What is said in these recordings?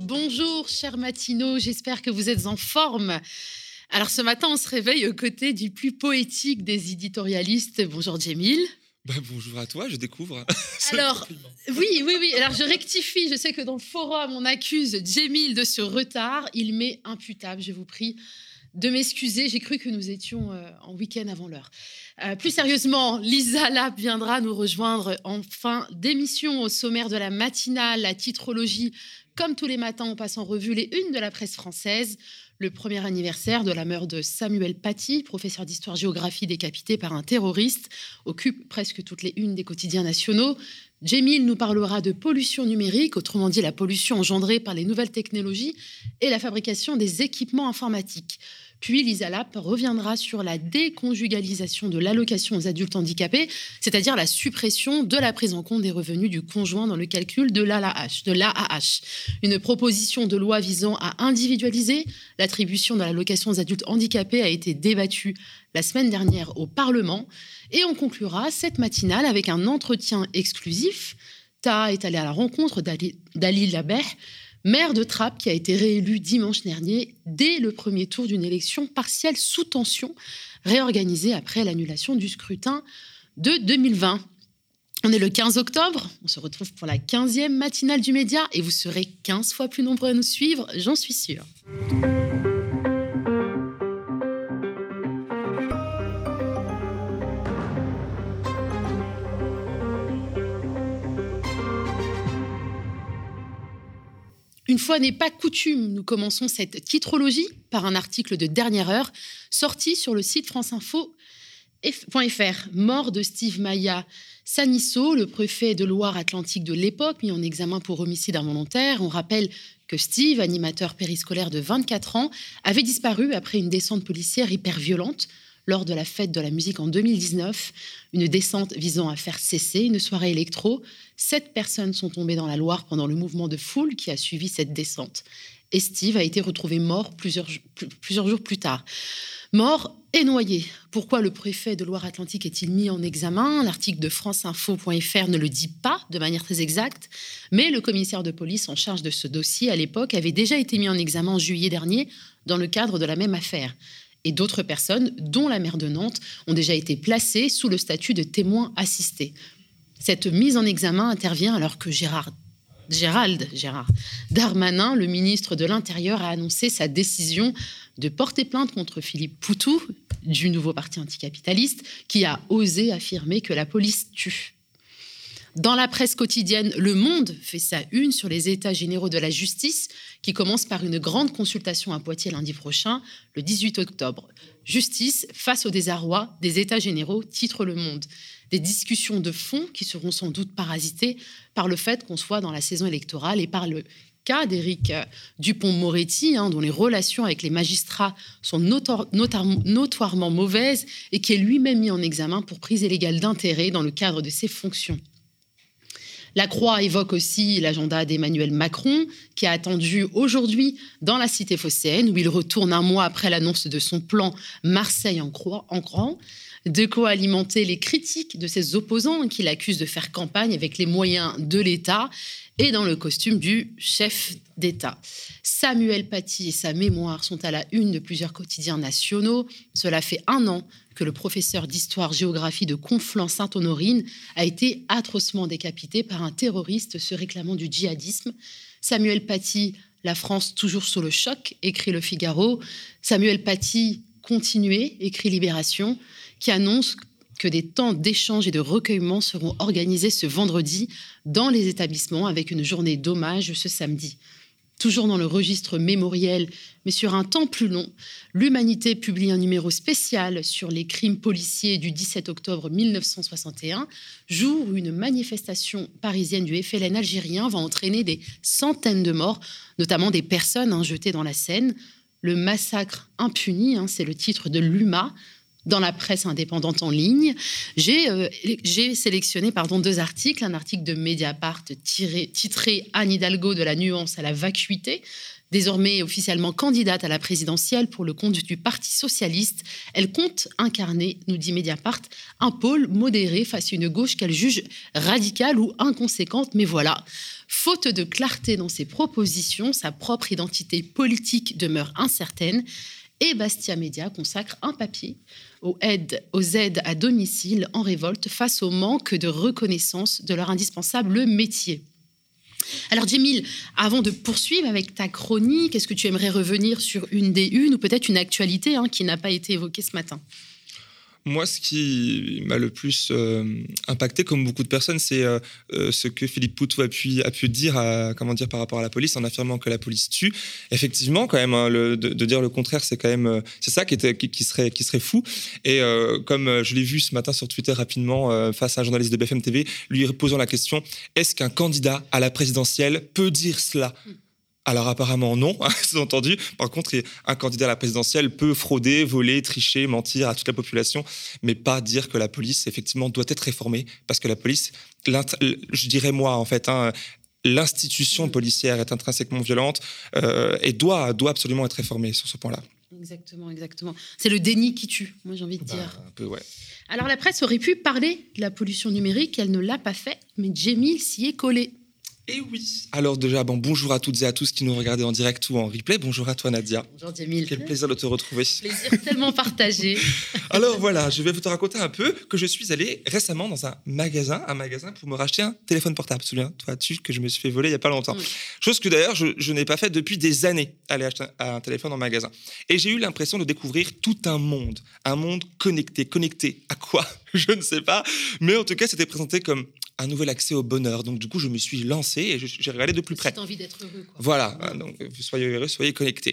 Bonjour, chers matinaux, j'espère que vous êtes en forme. Alors ce matin, on se réveille aux côtés du plus poétique des éditorialistes. Bonjour, Djemil. Bonjour à toi, je découvre. Alors, oui. Alors, je rectifie. Je sais que dans le forum, on accuse Djemil de ce retard. Il m'est imputable. Je vous prie de m'excuser. J'ai cru que nous étions en week-end avant l'heure. Plus sérieusement, Lisa Lapp viendra nous rejoindre en fin d'émission. Au sommaire de la matinale, la titrologie. Comme tous les matins, on passe en revue les unes de la presse française. Le premier anniversaire de la meurtre de Samuel Paty, professeur d'histoire-géographie décapité par un terroriste, occupe presque toutes les unes des quotidiens nationaux. Djemil nous parlera de pollution numérique, autrement dit la pollution engendrée par les nouvelles technologies et la fabrication des équipements informatiques. Puis Lisa Lapp reviendra sur la déconjugalisation de l'allocation aux adultes handicapés, c'est-à-dire la suppression de la prise en compte des revenus du conjoint dans le calcul de l'AAH. Une proposition de loi visant à individualiser l'attribution de l'allocation aux adultes handicapés a été débattue la semaine dernière au Parlement. Et on conclura cette matinale avec un entretien exclusif. Taha est allé à la rencontre d'Ali Labeh, maire de Trappes, qui a été réélu dimanche dernier dès le premier tour d'une élection partielle sous tension, réorganisée après l'annulation du scrutin de 2020. On est le 15 octobre, on se retrouve pour la 15e matinale du Média et vous serez 15 fois plus nombreux à nous suivre, j'en suis sûre. Une fois n'est pas coutume, nous commençons cette titrologie par un article de dernière heure sorti sur le site franceinfo.fr. Mort de Steve Maia Sanisso, le préfet de Loire-Atlantique de l'époque, mis en examen pour homicide involontaire. On rappelle que Steve, animateur périscolaire de 24 ans, avait disparu après une descente policière hyper violente lors de la fête de la musique en 2019, une descente visant à faire cesser une soirée électro. 7 personnes sont tombées dans la Loire pendant le mouvement de foule qui a suivi cette descente. Et Steve a été retrouvé mort plusieurs jours plus tard. Mort et noyé. Pourquoi le préfet de Loire-Atlantique est-il mis en examen ? L'article de franceinfo.fr ne le dit pas de manière très exacte, mais le commissaire de police en charge de ce dossier à l'époque avait déjà été mis en examen en juillet dernier dans le cadre de la même affaire. Et d'autres personnes, dont la maire de Nantes, ont déjà été placées sous le statut de témoins assistés. Cette mise en examen intervient alors que Gérald Darmanin, le ministre de l'Intérieur, a annoncé sa décision de porter plainte contre Philippe Poutou, du nouveau parti anticapitaliste, qui a osé affirmer que la police tue. Dans la presse quotidienne, Le Monde fait sa une sur les états généraux de la justice qui commence par une grande consultation à Poitiers lundi prochain, le 18 octobre. Justice face au désarroi des états généraux, titre Le Monde. Des discussions de fond qui seront sans doute parasitées par le fait qu'on soit dans la saison électorale et par le cas d'Éric Dupond-Moretti, dont les relations avec les magistrats sont notoirement mauvaises et qui est lui-même mis en examen pour prise illégale d'intérêt dans le cadre de ses fonctions. La Croix évoque aussi l'agenda d'Emmanuel Macron, qui a attendu aujourd'hui dans la cité phocéenne, où il retourne un mois après l'annonce de son plan Marseille en grand, de quoi alimenter les critiques de ses opposants qui l'accusent de faire campagne avec les moyens de l'État et dans le costume du chef d'État. Samuel Paty et sa mémoire sont à la une de plusieurs quotidiens nationaux. Cela fait 1 an que le professeur d'histoire-géographie de Conflans-Sainte-Honorine a été atrocement décapité par un terroriste se réclamant du djihadisme. Samuel Paty, la France toujours sous le choc, écrit Le Figaro. Samuel Paty, continuez, écrit Libération, qui annonce que des temps d'échange et de recueillement seront organisés ce vendredi dans les établissements avec une journée d'hommage ce samedi. Toujours dans le registre mémoriel, mais sur un temps plus long, l'Humanité publie un numéro spécial sur les crimes policiers du 17 octobre 1961, jour où une manifestation parisienne du FLN algérien va entraîner des centaines de morts, notamment des personnes jetées dans la Seine. Le massacre impuni, c'est le titre de l'UMA, dans la presse indépendante en ligne. J'ai sélectionné 2 articles. Un article de Mediapart titré « Anne Hidalgo de la nuance à la vacuité ». Désormais officiellement candidate à la présidentielle pour le compte du Parti socialiste, elle compte incarner, nous dit Mediapart, un pôle modéré face à une gauche qu'elle juge radicale ou inconséquente. Mais voilà, faute de clarté dans ses propositions, sa propre identité politique demeure incertaine. Et Bastia Média consacre un papier aux aides à domicile en révolte face au manque de reconnaissance de leur indispensable métier. Alors Djemil, avant de poursuivre avec ta chronique, est-ce que tu aimerais revenir sur une des unes ou peut-être une actualité qui n'a pas été évoquée ce matin ? Moi, ce qui m'a le plus impacté, comme beaucoup de personnes, c'est ce que Philippe Poutou a pu dire, par rapport à la police, en affirmant que la police tue. Effectivement, quand même, de dire le contraire, c'est quand même, c'est ça qui serait fou. Et comme je l'ai vu ce matin sur Twitter rapidement, face à un journaliste de BFM TV, lui posant la question: est-ce qu'un candidat à la présidentielle peut dire cela ? Alors apparemment non, sous-entendu. Par contre, un candidat à la présidentielle peut frauder, voler, tricher, mentir à toute la population, mais pas dire que la police, effectivement, doit être réformée, parce que la police, je dirais moi, en fait, l'institution policière est intrinsèquement violente et doit absolument être réformée sur ce point-là. Exactement. C'est le déni qui tue, moi j'ai envie de dire. Un peu, ouais. Alors la presse aurait pu parler de la pollution numérique, elle ne l'a pas fait, mais Djemil s'y est collé. Et oui. Alors déjà, bonjour à toutes et à tous qui nous regardez en direct ou en replay. Bonjour à toi Nadia. Bonjour Djemil. Quel plaisir de te retrouver. Plaisir tellement partagé. Alors voilà, je vais vous te raconter un peu que je suis allé récemment dans un magasin pour me racheter un téléphone portable. Souviens-toi que je me suis fait voler il n'y a pas longtemps. Oui. Chose que d'ailleurs, je n'ai pas fait depuis des années, aller acheter un téléphone en magasin. Et j'ai eu l'impression de découvrir tout un monde connecté. Connecté à quoi ? Je ne sais pas. Mais en tout cas, c'était présenté comme un nouvel accès au bonheur. Donc, du coup, je me suis lancé et j'ai regardé de plus près. Tu as envie d'être heureux, quoi. Voilà. Donc, soyez heureux, soyez connectés.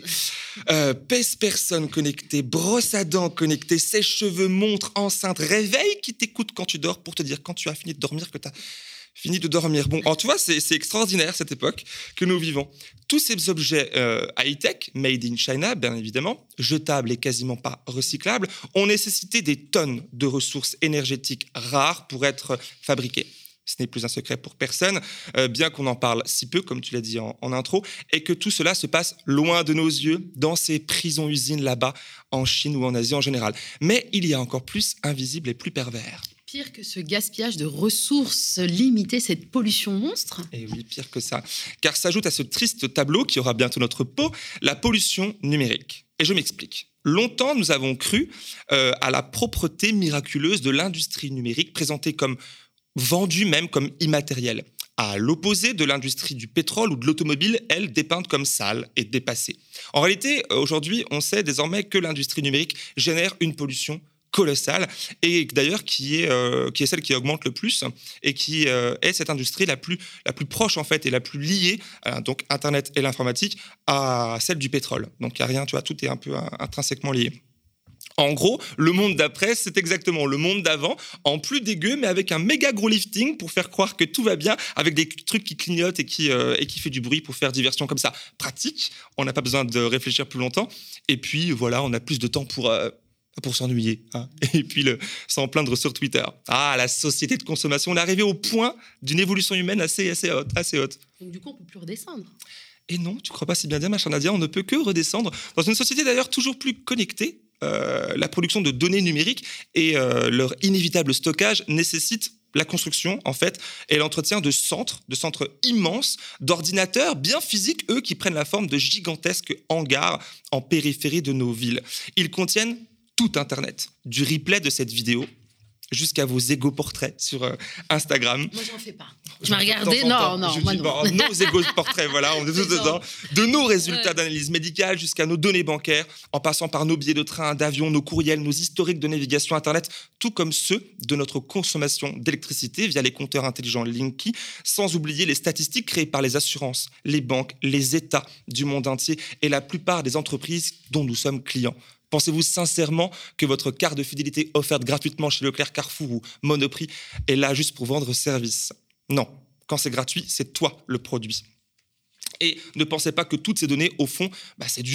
Pèse-personne connecté, brosse à dents connectée, sèche-cheveux, montre, enceinte, réveil qui t'écoute quand tu dors pour te dire quand tu as fini de dormir que tu as fini de dormir. Bon, tu vois, c'est extraordinaire cette époque que nous vivons. Tous ces objets high-tech, made in China, bien évidemment, jetables et quasiment pas recyclables, ont nécessité des tonnes de ressources énergétiques rares pour être fabriqués. Ce n'est plus un secret pour personne, bien qu'on en parle si peu, comme tu l'as dit en intro, et que tout cela se passe loin de nos yeux, dans ces prisons-usines là-bas, en Chine ou en Asie en général. Mais il y a encore plus invisible et plus pervers. Pire que ce gaspillage de ressources limitées, cette pollution monstre ? Et oui, pire que ça. Car s'ajoute à ce triste tableau qui aura bientôt notre peau, la pollution numérique. Et je m'explique. Longtemps, nous avons cru à la propreté miraculeuse de l'industrie numérique, présentée comme vendue même comme immatérielle. À l'opposé de l'industrie du pétrole ou de l'automobile, elle dépeinte comme sale et dépassée. En réalité, aujourd'hui, on sait désormais que l'industrie numérique génère une pollution colossale et d'ailleurs qui est celle qui augmente le plus et qui est cette industrie la plus proche en fait et la plus liée, donc Internet et l'informatique, à celle du pétrole. Donc il n'y a rien, tu vois, tout est un peu intrinsèquement lié. En gros, le monde d'après, c'est exactement le monde d'avant, en plus dégueu, mais avec un méga gros lifting pour faire croire que tout va bien, avec des trucs qui clignotent et qui fait du bruit pour faire diversion comme ça. Pratique, on n'a pas besoin de réfléchir plus longtemps. Et puis voilà, on a plus de temps pour s'ennuyer. Et puis s'en plaindre sur Twitter. Ah, la société de consommation, on est arrivé au point d'une évolution humaine assez haute. Donc du coup, on ne peut plus redescendre. Et non, tu ne crois pas si bien dire, ma chère Nadia, on ne peut que redescendre dans une société d'ailleurs toujours plus connectée. La production de données numériques et leur inévitable stockage nécessitent la construction, en fait, et l'entretien de centres immenses, d'ordinateurs bien physiques, eux, qui prennent la forme de gigantesques hangars en périphérie de nos villes. Ils contiennent tout Internet, du replay de cette vidéo jusqu'à vos égo-portraits sur Instagram. Moi, j'en fais pas. Tu m'as regardé ? Non, moi non. Nos égo-portraits, voilà, on est tous dedans. De nos résultats d'analyse médicale jusqu'à nos données bancaires, en passant par nos billets de train, d'avion, nos courriels, nos historiques de navigation Internet, tout comme ceux de notre consommation d'électricité via les compteurs intelligents Linky, sans oublier les statistiques créées par les assurances, les banques, les États du monde entier et la plupart des entreprises dont nous sommes clients. Pensez-vous sincèrement que votre carte de fidélité offerte gratuitement chez Leclerc, Carrefour ou Monoprix est là juste pour vendre service ? Non, quand c'est gratuit, c'est toi le produit. Et ne pensez pas que toutes ces données, au fond, c'est du vent.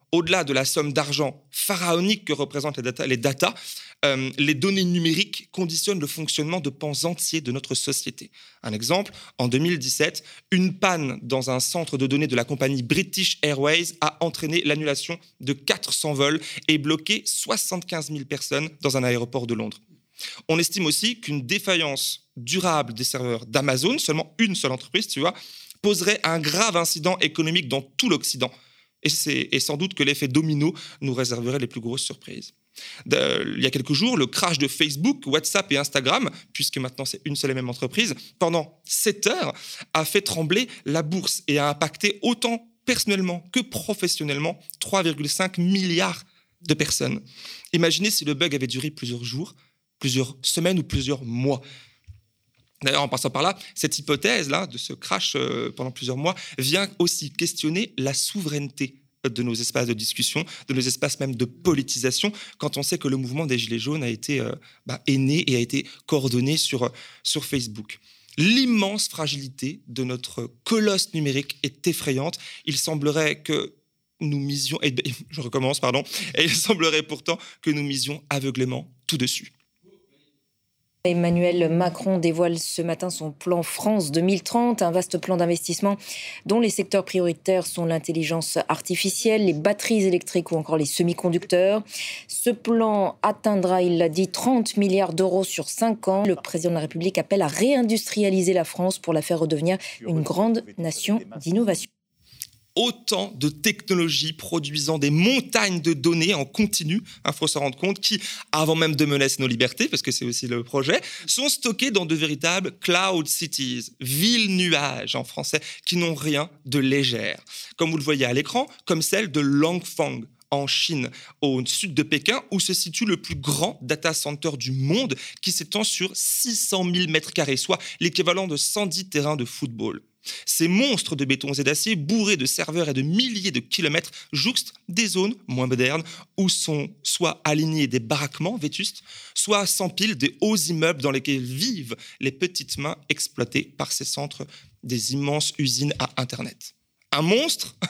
Au-delà de la somme d'argent pharaonique que représentent les data, les données numériques conditionnent le fonctionnement de pans entiers de notre société. Un exemple, en 2017, une panne dans un centre de données de la compagnie British Airways a entraîné l'annulation de 400 vols et bloqué 75 000 personnes dans un aéroport de Londres. On estime aussi qu'une défaillance durable des serveurs d'Amazon, seulement une seule entreprise, poserait un grave incident économique dans tout l'Occident. Et sans doute que l'effet domino nous réserverait les plus grosses surprises. Il y a quelques jours, le crash de Facebook, WhatsApp et Instagram, puisque maintenant c'est une seule et même entreprise, pendant 7 heures, a fait trembler la bourse et a impacté autant personnellement que professionnellement 3,5 milliards de personnes. Imaginez si le bug avait duré plusieurs jours, plusieurs semaines ou plusieurs mois. D'ailleurs, en passant par là, cette hypothèse-là de ce crash pendant plusieurs mois vient aussi questionner la souveraineté de nos espaces de discussion, de nos espaces même de politisation, quand on sait que le mouvement des Gilets jaunes est né et a été coordonné sur Facebook. L'immense fragilité de notre colosse numérique est effrayante. Il semblerait que nous misions, et il semblerait pourtant que nous misions aveuglément tout dessus. Emmanuel Macron dévoile ce matin son plan France 2030, un vaste plan d'investissement dont les secteurs prioritaires sont l'intelligence artificielle, les batteries électriques ou encore les semi-conducteurs. Ce plan atteindra, il l'a dit, 30 milliards d'euros sur 5 ans. Le président de la République appelle à réindustrialiser la France pour la faire redevenir une grande nation d'innovation. Autant de technologies produisant des montagnes de données en continu, il faut s'en rendre compte, qui, avant même de menacer nos libertés, parce que c'est aussi le projet, sont stockées dans de véritables cloud cities, villes-nuages en français, qui n'ont rien de légère. Comme vous le voyez à l'écran, comme celle de Langfang, en Chine, au sud de Pékin, où se situe le plus grand data center du monde, qui s'étend sur 600 000 m², soit l'équivalent de 110 terrains de football. Ces monstres de béton et d'acier, bourrés de serveurs et de milliers de kilomètres, jouxtent des zones moins modernes où sont soit alignés des baraquements vétustes, soit s'empilent des hauts immeubles dans lesquels vivent les petites mains exploitées par ces centres des immenses usines à Internet. Un monstre,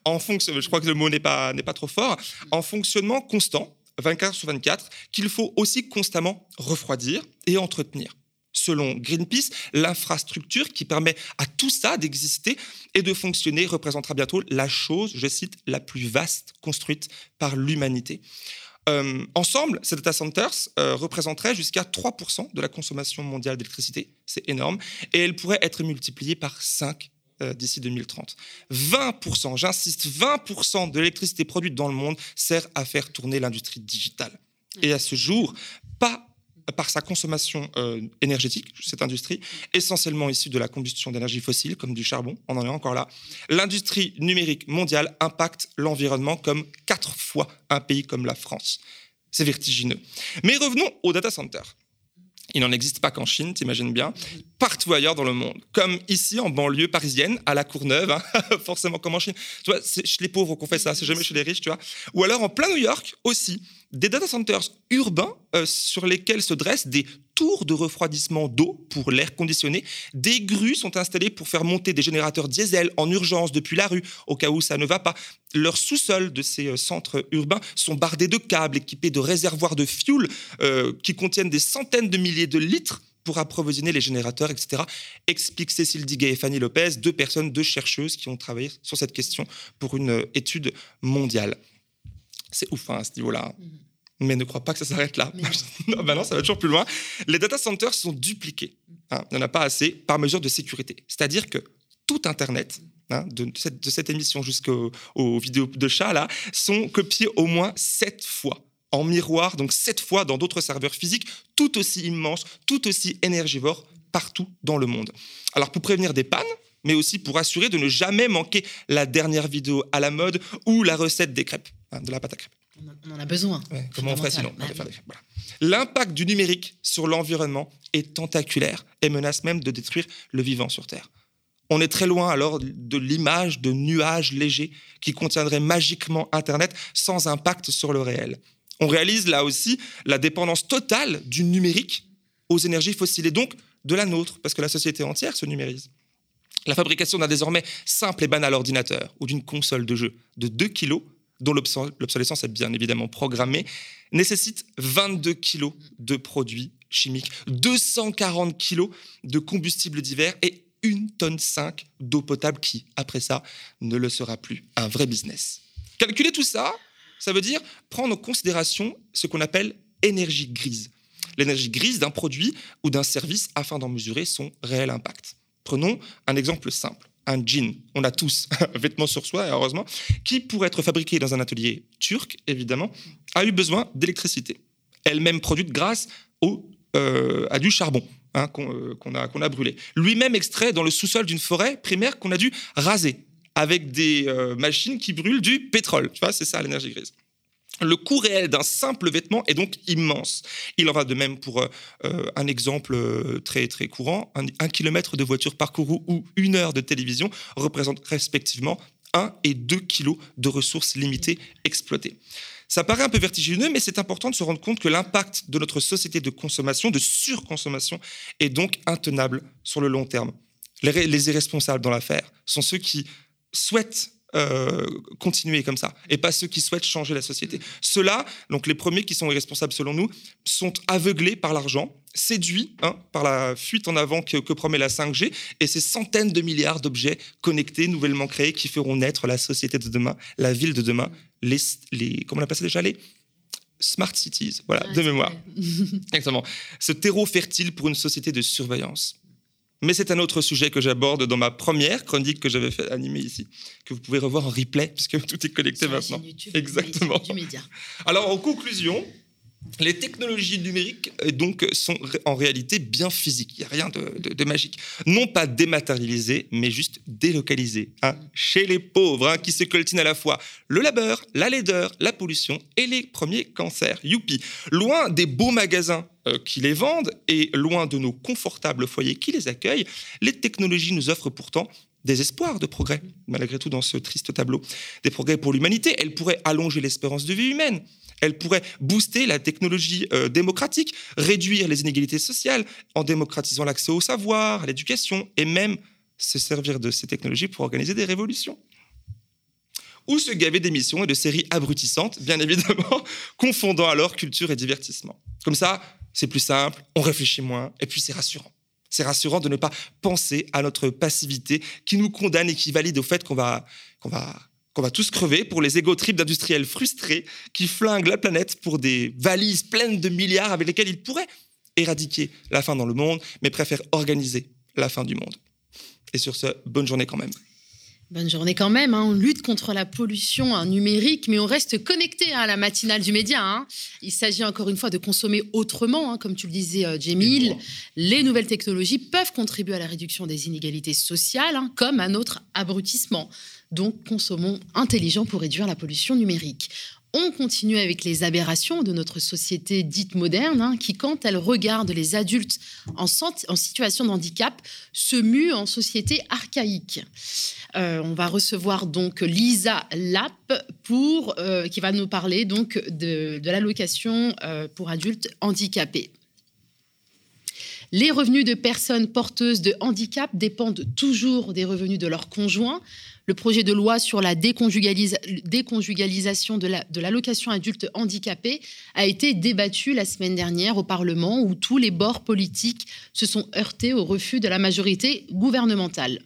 je crois que le mot n'est pas trop fort, en fonctionnement constant, 24 heures sur 24, qu'il faut aussi constamment refroidir et entretenir. Selon Greenpeace, l'infrastructure qui permet à tout ça d'exister et de fonctionner représentera bientôt la chose, je cite, la plus vaste construite par l'humanité. Ensemble, ces data centers représenteraient jusqu'à 3% de la consommation mondiale d'électricité, c'est énorme, et elles pourraient être multipliées par 5 d'ici 2030. 20%, j'insiste, 20% de l'électricité produite dans le monde sert à faire tourner l'industrie digitale. Et à ce jour, pas par sa consommation énergétique, cette industrie, essentiellement issue de la combustion d'énergie fossile, comme du charbon, on en est encore là, l'industrie numérique mondiale impacte l'environnement comme 4 fois un pays comme la France. C'est vertigineux. Mais revenons aux data centers. Il n'en existe pas qu'en Chine, t'imagines bien, partout ailleurs dans le monde, comme ici en banlieue parisienne, à la Courneuve, forcément comme en Chine. Tu vois, c'est chez les pauvres qu'on fait ça, c'est jamais chez les riches, tu vois. Ou alors en plein New York aussi, des data centers urbains sur lesquels se dressent des tours de refroidissement d'eau pour l'air conditionné. Des grues sont installées pour faire monter des générateurs diesel en urgence depuis la rue, au cas où ça ne va pas. Leurs sous-sols de ces centres urbains sont bardés de câbles équipés de réservoirs de fuel qui contiennent des centaines de milliers de litres pour approvisionner les générateurs, etc. Explique Cécile Diguet et Fanny Lopez, 2 chercheuses qui ont travaillé sur cette question pour une étude mondiale. C'est ouf à ce niveau-là. Mais ne crois pas que ça s'arrête là. Non, ça va toujours plus loin. Les data centers sont dupliqués. Il n'y en a pas assez par mesure de sécurité. C'est-à-dire que tout Internet, de cette émission jusqu'aux vidéos de chats, là, sont copiés au moins 7 fois en miroir, donc 7 fois dans d'autres serveurs physiques, tout aussi immenses, tout aussi énergivores, partout dans le monde. Alors, pour prévenir des pannes, mais aussi pour assurer de ne jamais manquer la dernière vidéo à la mode ou la recette des crêpes, de la pâte à crêpes. On en a besoin. Ouais, comment on ferait sinon voilà. L'impact du numérique sur l'environnement est tentaculaire et menace même de détruire le vivant sur Terre. On est très loin alors de l'image de nuages légers qui contiendraient magiquement Internet sans impact sur le réel. On réalise là aussi la dépendance totale du numérique aux énergies fossiles et donc de la nôtre, parce que la société entière se numérise. La fabrication d'un désormais simple et banal ordinateur ou d'une console de jeu de 2 kilos dont l'obsolescence est bien évidemment programmée, nécessitent 22 kilos de produits chimiques, 240 kilos de combustibles divers et 1,5 tonne d'eau potable qui, après ça, ne le sera plus. Un vrai business. Calculer tout ça, ça veut dire prendre en considération ce qu'on appelle énergie grise. L'énergie grise d'un produit ou d'un service afin d'en mesurer son réel impact. Prenons un exemple simple. Un jean, on a tous un vêtement sur soi, heureusement, qui, pour être fabriqué dans un atelier turc, évidemment, a eu besoin d'électricité. Elle-même produite grâce à du charbon qu'on a brûlé. Lui-même extrait dans le sous-sol d'une forêt primaire qu'on a dû raser avec des machines qui brûlent du pétrole. Tu vois, c'est ça l'énergie grise. Le coût réel d'un simple vêtement est donc immense. Il en va de même pour un exemple très, très courant. Un kilomètre de voiture parcouru ou 1 heure de télévision représentent respectivement 1 et 2 kilos de ressources limitées exploitées. Ça paraît un peu vertigineux, mais c'est important de se rendre compte que l'impact de notre société de consommation, de surconsommation, est donc intenable sur le long terme. Les irresponsables dans l'affaire sont ceux qui souhaitent continuer comme ça, et pas ceux qui souhaitent changer la société. Ceux-là, donc les premiers qui sont irresponsables selon nous, sont aveuglés par l'argent, séduits par la fuite en avant que promet la 5G et ces centaines de milliards d'objets connectés, nouvellement créés, qui feront naître la société de demain, la ville de demain, comment on appelle ça déjà, les smart cities, voilà, de mémoire. Exactement. Ce terreau fertile pour une société de surveillance. Mais c'est un autre sujet que j'aborde dans ma première chronique que j'avais fait animer ici, que vous pouvez revoir en replay, puisque tout est connecté sur maintenant. YouTube, exactement. Du média. Alors, en conclusion, les technologies numériques donc, sont en réalité bien physiques. Il n'y a rien de magique. Non pas dématérialisées, mais juste délocalisées. Chez les pauvres, qui se coltinent à la fois le labeur, la laideur, la pollution et les premiers cancers. Youpi. Loin des beaux magasins qui les vendent et loin de nos confortables foyers qui les accueillent, les technologies nous offrent pourtant des espoirs de progrès, malgré tout dans ce triste tableau. Des progrès pour l'humanité. Elles pourraient allonger l'espérance de vie humaine. Elles pourraient booster la technologie démocratique, réduire les inégalités sociales en démocratisant l'accès au savoir, à l'éducation et même se servir de ces technologies pour organiser des révolutions. Ou se gaver d'émissions et de séries abrutissantes, bien évidemment, confondant alors culture et divertissement. Comme ça, c'est plus simple, on réfléchit moins, et puis c'est rassurant. C'est rassurant de ne pas penser à notre passivité qui nous condamne et qui valide au fait qu'on va tous crever pour les égo-trips d'industriels frustrés qui flinguent la planète pour des valises pleines de milliards avec lesquelles ils pourraient éradiquer la faim dans le monde, mais préfèrent organiser la fin du monde. Et sur ce, bonne journée quand même. Bonne journée quand même. On lutte contre la pollution numérique, mais on reste connecté à la matinale du média. Il s'agit encore une fois de consommer autrement, comme tu le disais, Djemil. Les nouvelles technologies peuvent contribuer à la réduction des inégalités sociales, comme à notre abrutissement. Donc, consommons intelligent pour réduire la pollution numérique. On continue avec les aberrations de notre société dite moderne, qui, quand elle regarde les adultes en situation de handicap, se mue en société archaïque. On va recevoir donc Lisa Lapp qui va nous parler donc de l'allocation pour adultes handicapés. Les revenus de personnes porteuses de handicap dépendent toujours des revenus de leur conjoint. Le projet de loi sur la déconjugalisation de l'allocation adulte handicapé a été débattu la semaine dernière au Parlement, où tous les bords politiques se sont heurtés au refus de la majorité gouvernementale.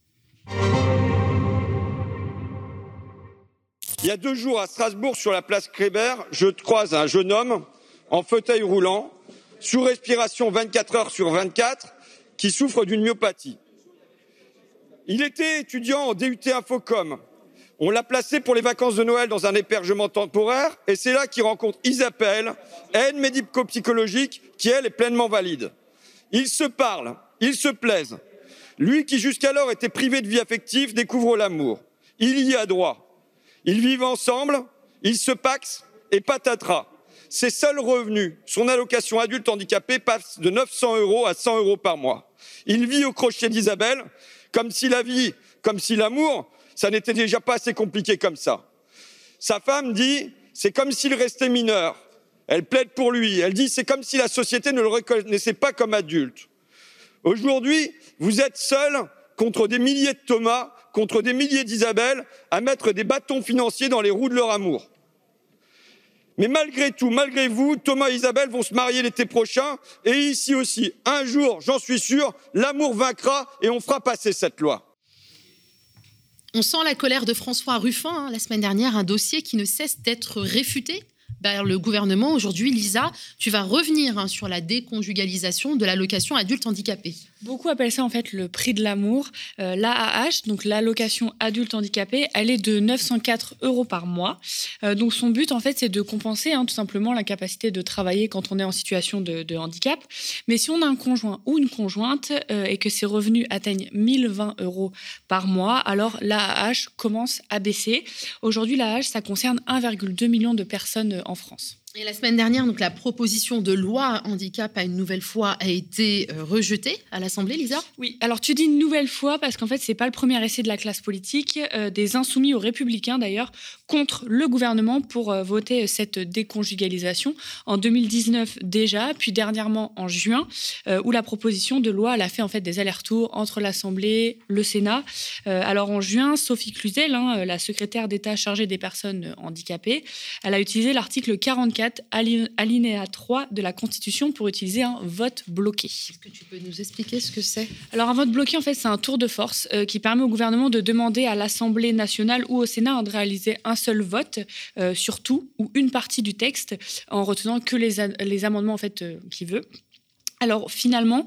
Il y a 2 jours à Strasbourg, sur la place Kléber, je croise un jeune homme en fauteuil roulant, sous respiration 24 heures sur 24, qui souffre d'une myopathie. Il était étudiant en DUT Infocom. On l'a placé pour les vacances de Noël dans un hébergement temporaire et c'est là qu'il rencontre Isabelle, aide médico-psychologique, qui elle est pleinement valide. Ils se parlent, ils se plaisent. Lui qui jusqu'alors était privé de vie affective découvre l'amour. Il y a droit. Ils vivent ensemble, ils se pacsent et patatras. Ses seuls revenus, son allocation adulte handicapé passe de 900 € à 100 € par mois. Il vit au crochet d'Isabelle, comme si la vie, comme si l'amour, ça n'était déjà pas assez compliqué comme ça. Sa femme dit, c'est comme s'il restait mineur. Elle plaide pour lui. Elle dit, c'est comme si la société ne le reconnaissait pas comme adulte. Aujourd'hui, vous êtes seul contre des milliers de Thomas contre des milliers d'Isabelle à mettre des bâtons financiers dans les roues de leur amour. Mais malgré tout, malgré vous, Thomas et Isabelle vont se marier l'été prochain. Et ici aussi, un jour, j'en suis sûr, l'amour vaincra et on fera passer cette loi. On sent la colère de François Ruffin, la semaine dernière, un dossier qui ne cesse d'être réfuté par le gouvernement. Aujourd'hui, Lisa, tu vas revenir sur la déconjugalisation de l'allocation adulte handicapé. Beaucoup appellent ça en fait le prix de l'amour. L'AAH, donc l'allocation adulte handicapé, elle est de 904 € par mois. Donc son but en fait c'est de compenser tout simplement l'incapacité de travailler quand on est en situation de handicap. Mais si on a un conjoint ou une conjointe et que ses revenus atteignent 1020 € par mois, alors l'AAH commence à baisser. Aujourd'hui l'AAH ça concerne 1,2 million de personnes en France. Et la semaine dernière, donc, la proposition de loi handicap a une nouvelle fois été rejetée à l'Assemblée, Lisa ? Oui, alors tu dis une nouvelle fois parce qu'en fait, c'est pas le premier essai de la classe politique, des insoumis aux Républicains d'ailleurs, contre le gouvernement pour voter cette déconjugalisation en 2019 déjà, puis dernièrement en juin, où la proposition de loi elle a fait en fait des allers-retours entre l'Assemblée, le Sénat. Alors en juin, Sophie Cluzel, la secrétaire d'État chargée des personnes handicapées, elle a utilisé l'article 44 alinéa 3 de la Constitution pour utiliser un vote bloqué. Est-ce que tu peux nous expliquer ce que c'est ? Alors un vote bloqué, en fait, c'est un tour de force qui permet au gouvernement de demander à l'Assemblée nationale ou au Sénat de réaliser un seul vote sur tout ou une partie du texte en retenant que les amendements en fait, qu'il veut. Alors finalement,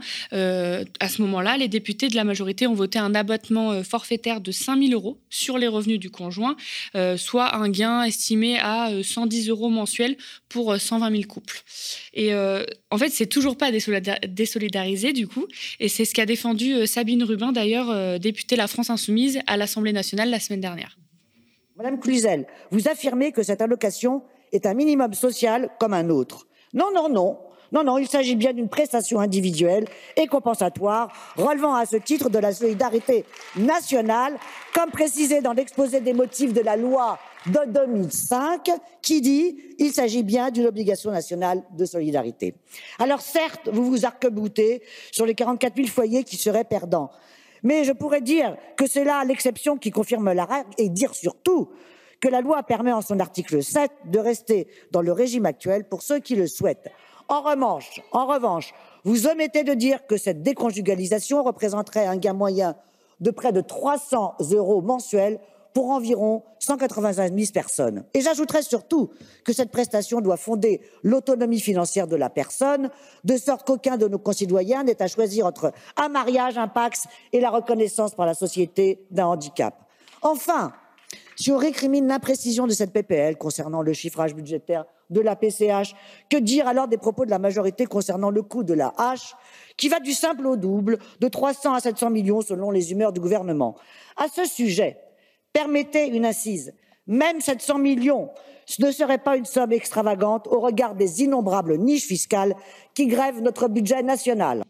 à ce moment-là, les députés de la majorité ont voté un abattement forfaitaire de 5 000 € sur les revenus du conjoint, soit un gain estimé à 110 € mensuels pour 120 000 couples. Et en fait, c'est toujours pas désolidarisé du coup, et c'est ce qu'a défendu Sabine Rubin, d'ailleurs députée La France Insoumise à l'Assemblée nationale la semaine dernière. Madame Cluzel, vous affirmez que cette allocation est un minimum social comme un autre. Non, non, non. Non, il s'agit bien d'une prestation individuelle et compensatoire relevant à ce titre de la solidarité nationale, comme précisé dans l'exposé des motifs de la loi de 2005, qui dit « Il s'agit bien d'une obligation nationale de solidarité ». Alors certes, vous vous arc-boutez sur les 44 000 foyers qui seraient perdants, mais je pourrais dire que c'est là l'exception qui confirme la règle et dire surtout que la loi permet en son article 7 de rester dans le régime actuel pour ceux qui le souhaitent. En revanche, vous omettez de dire que cette déconjugalisation représenterait un gain moyen de près de 300 € mensuels pour environ 185 000 personnes. Et j'ajouterais surtout que cette prestation doit fonder l'autonomie financière de la personne, de sorte qu'aucun de nos concitoyens n'ait à choisir entre un mariage, un PACS et la reconnaissance par la société d'un handicap. Enfin, si on récrimine l'imprécision de cette PPL concernant le chiffrage budgétaire de la PCH, que dire alors des propos de la majorité concernant le coût de la hache, qui va du simple au double, de 300 à 700 millions selon les humeurs du gouvernement. À ce sujet, permettez une incise. Même 700 millions, ce ne serait pas une somme extravagante au regard des innombrables niches fiscales qui grèvent notre budget national.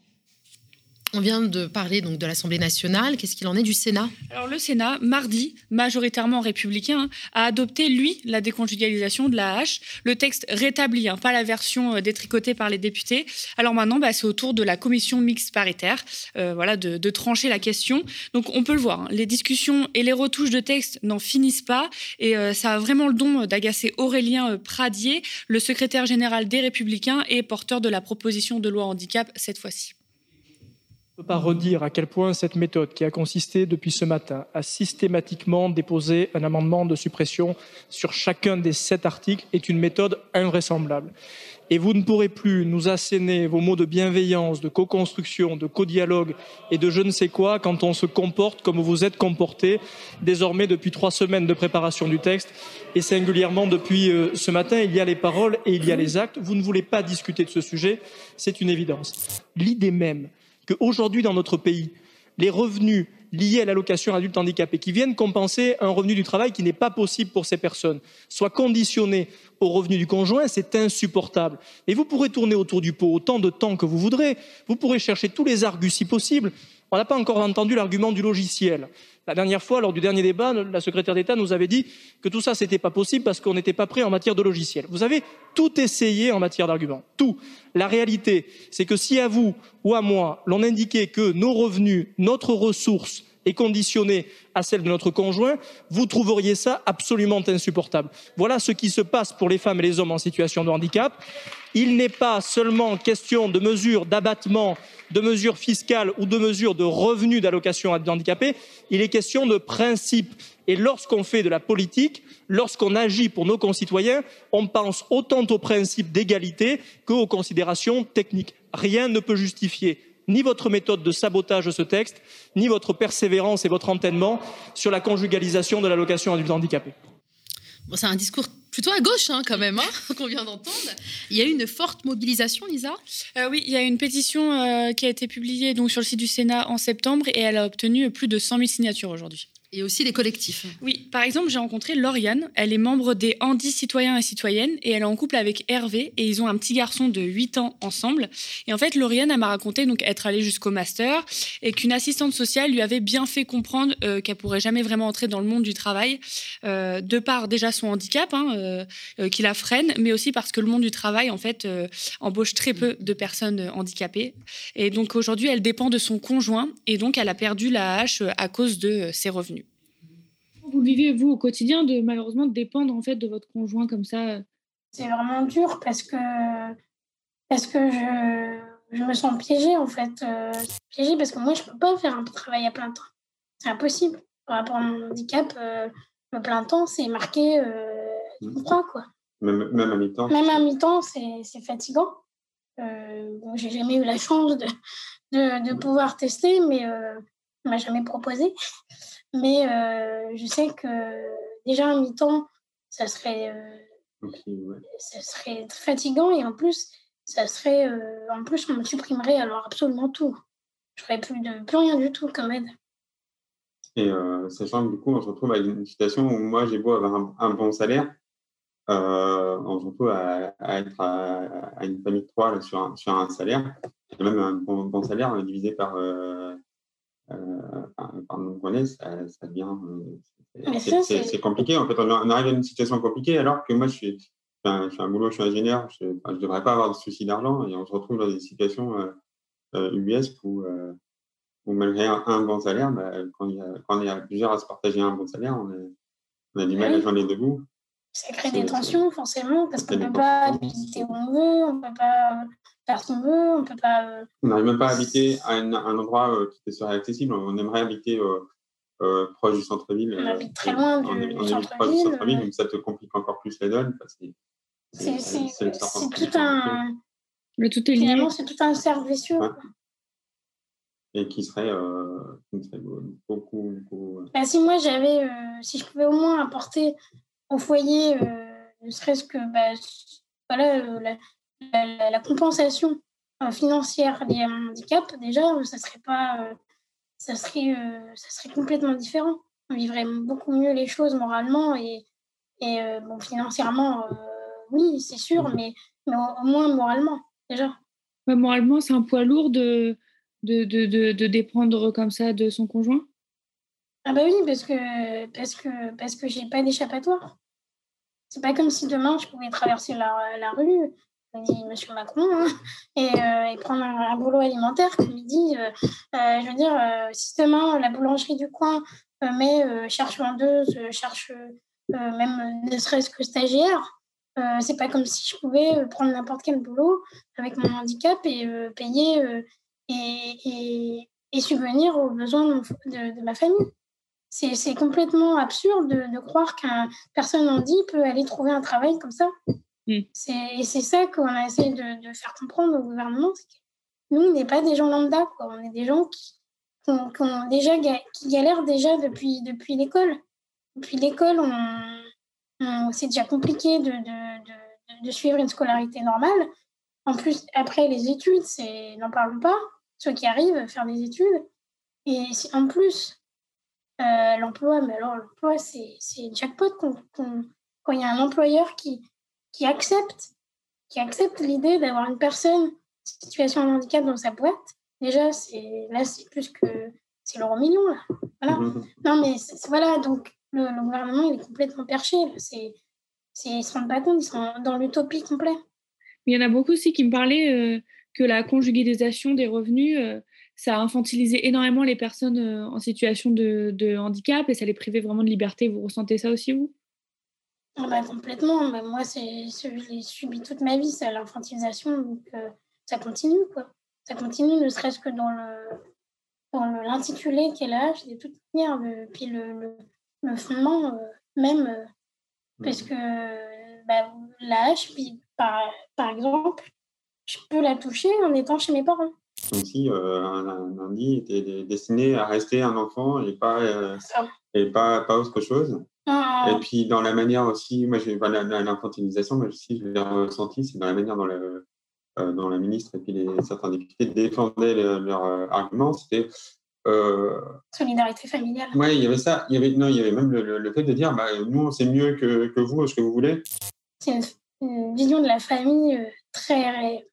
On vient de parler donc de l'Assemblée nationale. Qu'est-ce qu'il en est du Sénat ? Alors le Sénat, mardi, majoritairement républicain, a adopté, lui, la déconjugalisation de l'AAH. Le texte rétabli, pas la version détricotée par les députés. Alors maintenant, c'est au tour de la commission mixte paritaire de trancher la question. Donc on peut le voir, les discussions et les retouches de texte n'en finissent pas. Et ça a vraiment le don d'agacer Aurélien Pradier, le secrétaire général des Républicains et porteur de la proposition de loi handicap cette fois-ci. Je ne peux pas redire à quel point cette méthode qui a consisté depuis ce matin à systématiquement déposer un amendement de suppression sur chacun des 7 articles est une méthode invraisemblable. Et vous ne pourrez plus nous asséner vos mots de bienveillance, de co-construction, de co-dialogue et de je ne sais quoi quand on se comporte comme vous êtes comporté désormais depuis 3 semaines de préparation du texte et singulièrement depuis ce matin. Il y a les paroles et il y a les actes. Vous ne voulez pas discuter de ce sujet, c'est une évidence. L'idée même qu'aujourd'hui dans notre pays, les revenus liés à l'allocation adulte handicapé qui viennent compenser un revenu du travail qui n'est pas possible pour ces personnes soient conditionnés au revenu du conjoint, c'est insupportable. Et vous pourrez tourner autour du pot autant de temps que vous voudrez, vous pourrez chercher tous les argus si possible. On n'a pas encore entendu l'argument du logiciel. La dernière fois, lors du dernier débat, la secrétaire d'État nous avait dit que tout ça, c'était pas possible parce qu'on n'était pas prêt en matière de logiciel. Vous avez tout essayé en matière d'arguments. Tout. La réalité, c'est que si à vous ou à moi, l'on indiquait que nos revenus, notre ressource est conditionnée à celle de notre conjoint, vous trouveriez ça absolument insupportable. Voilà ce qui se passe pour les femmes et les hommes en situation de handicap. Il n'est pas seulement question de mesures d'abattement, de mesures fiscales ou de mesures de revenus d'allocation à des handicapés, il est question de principes. Et lorsqu'on fait de la politique, lorsqu'on agit pour nos concitoyens, on pense autant aux principes d'égalité qu'aux considérations techniques. Rien ne peut justifier ni votre méthode de sabotage de ce texte, ni votre persévérance et votre entêtement sur la conjugalisation de l'allocation adulte handicapé. Bon, c'est un discours plutôt à gauche quand même, qu'on vient d'entendre. Il y a eu une forte mobilisation, Lisa ? Oui, il y a une pétition qui a été publiée donc, sur le site du Sénat en septembre et elle a obtenu plus de 100 000 signatures aujourd'hui. Et aussi des collectifs. Oui, par exemple, j'ai rencontré Lauriane. Elle est membre des Handi Citoyens et Citoyennes et elle est en couple avec Hervé et ils ont un petit garçon de 8 ans ensemble. Et en fait, Lauriane, elle m'a raconté donc, être allée jusqu'au master et qu'une assistante sociale lui avait bien fait comprendre qu'elle pourrait jamais vraiment entrer dans le monde du travail de par déjà son handicap qui la freine, mais aussi parce que le monde du travail, en fait, embauche très peu de personnes handicapées. Et donc, aujourd'hui, elle dépend de son conjoint et donc, elle a perdu la hache à cause de ses revenus. Vous vivez, vous, au quotidien, malheureusement, de dépendre en fait, de votre conjoint comme ça? C'est vraiment dur parce que je me sens piégée, en fait. Piégée parce que moi, je ne peux pas faire un travail à plein temps. C'est impossible. Par rapport à mon handicap, le plein temps, c'est marqué 3, quoi. Même à mi-temps. Même à mi-temps, c'est fatigant. Bon, j'ai jamais eu la chance de pouvoir tester, mais on m'a jamais proposé. Mais je sais que déjà à mi-temps, ça serait très fatigant et en plus, on me supprimerait alors absolument tout. Je ferais plus rien du tout comme aide. Et sachant que du coup, on se retrouve à une situation où moi, j'ai beau avoir un bon salaire, on se retrouve à être à une famille de 3 là, sur un salaire, et même un bon salaire divisé par mon connaît, ça devient c'est compliqué. En fait, on arrive à une situation compliquée alors que moi, je fais un boulot, je suis ingénieur, je ne devrais pas avoir de soucis d'argent et on se retrouve dans des situations ubuesques où malgré un bon salaire, quand il y a plusieurs à se partager un bon salaire, on a du mal à joindre les deux bouts. Ça crée des tensions, forcément, parce qu'on ne peut pas habiter où on veut, on ne peut pas faire ce qu'on veut, on ne peut pas... On n'arrive même pas à habiter à un endroit qui serait accessible. On aimerait habiter proche du centre-ville. On habite très loin du centre-ville. Proche du centre-ville, donc ça te complique encore plus la donne. C'est tout un... Mais tout est lié. Finalement, c'est tout un cercle vicieux. Ouais. Et qui serait beaucoup... Si moi, si je pouvais au moins apporter au foyer, ne serait-ce que la compensation financière liée à mon handicap, déjà, ça serait complètement différent. On vivrait beaucoup mieux les choses moralement et financièrement, oui, c'est sûr, mais au moins moralement, déjà. Ouais, moralement, c'est un poids lourd de dépendre comme ça de son conjoint. Ah oui, parce que j'ai pas d'échappatoire. C'est pas comme si demain je pouvais traverser la rue, dit Monsieur Macron, et prendre un boulot alimentaire comme il dit. Je veux dire, si demain la boulangerie du coin cherche vendeuse, cherche même ne serait-ce que stagiaire, c'est pas comme si je pouvais prendre n'importe quel boulot avec mon handicap et payer et subvenir aux besoins de ma famille. C'est complètement absurde de croire qu'une personne handi peut aller trouver un travail comme ça. Et c'est ça qu'on a essayé de faire comprendre au gouvernement. C'est que nous, on n'est pas des gens lambda, quoi. On est des gens qui galèrent déjà depuis l'école. Depuis l'école, c'est déjà compliqué de suivre une scolarité normale. En plus, après les études, n'en parlons pas. Ceux qui arrivent à faire des études. Et en plus... l'emploi, mais alors l'emploi, c'est jackpot quand il y a un employeur qui accepte l'idée d'avoir une personne en situation de handicap dans sa boîte. Déjà, c'est plus que c'est l'euro million, là. Voilà. Non, mais voilà, donc le gouvernement, il est complètement perché. Là. Ils ne se rendent pas compte, ils sont dans l'utopie complète. Il y en a beaucoup aussi qui me parlaient que la conjugalisation des revenus, ça infantilisait énormément les personnes en situation de handicap et ça les privait vraiment de liberté. Vous ressentez ça aussi, vous? Complètement. Moi, je l'ai subi toute ma vie, c'est l'infantilisation. Donc, ça continue, quoi. Ça continue, ne serait-ce que dans l'intitulé qui est là, de toute manière. Puis le fondement, même, parce que la hache, puis, par exemple, je peux la toucher en étant chez mes parents. Comme si un nid était destiné à rester un enfant et pas autre chose. Et puis dans la manière aussi, moi l'infantilisation, moi aussi je l'ai ressenti, c'est dans la manière dont la ministre et puis certains députés défendaient leur argument, c'était solidarité familiale. Ouais, il y avait ça, il y avait même le fait de dire nous c'est mieux que vous, ce que vous voulez. C'est une vision de la famille très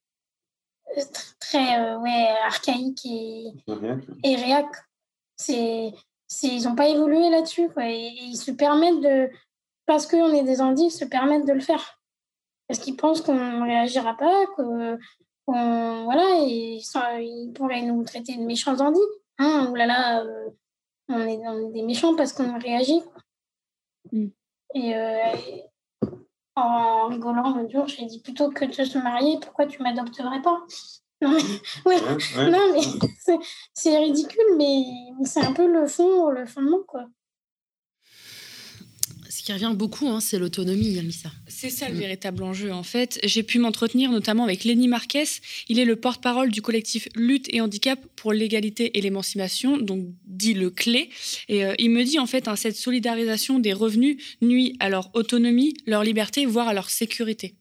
archaïque et réac. Ils n'ont pas évolué là-dessus, quoi. Et ils se permettent parce qu'on est des handis, ils se permettent de le faire. Parce qu'ils pensent qu'on ne réagira pas, ils pourraient nous traiter de méchants handis. On est des méchants parce qu'on réagit, quoi. Et en rigolant l'autre jour, j'ai dit plutôt que de se marier, pourquoi tu m'adopterais pas? Non mais c'est ridicule, mais c'est un peu le fondement, quoi. Ce qui revient beaucoup, c'est l'autonomie, Yamissa. C'est ça le véritable enjeu, en fait. J'ai pu m'entretenir notamment avec Lenny Marquez. Il est le porte-parole du collectif Lutte et Handicap pour l'égalité et l'émancipation, donc dit le CLÉ. Et il me dit, en fait, cette solidarisation des revenus nuit à leur autonomie, leur liberté, voire à leur sécurité.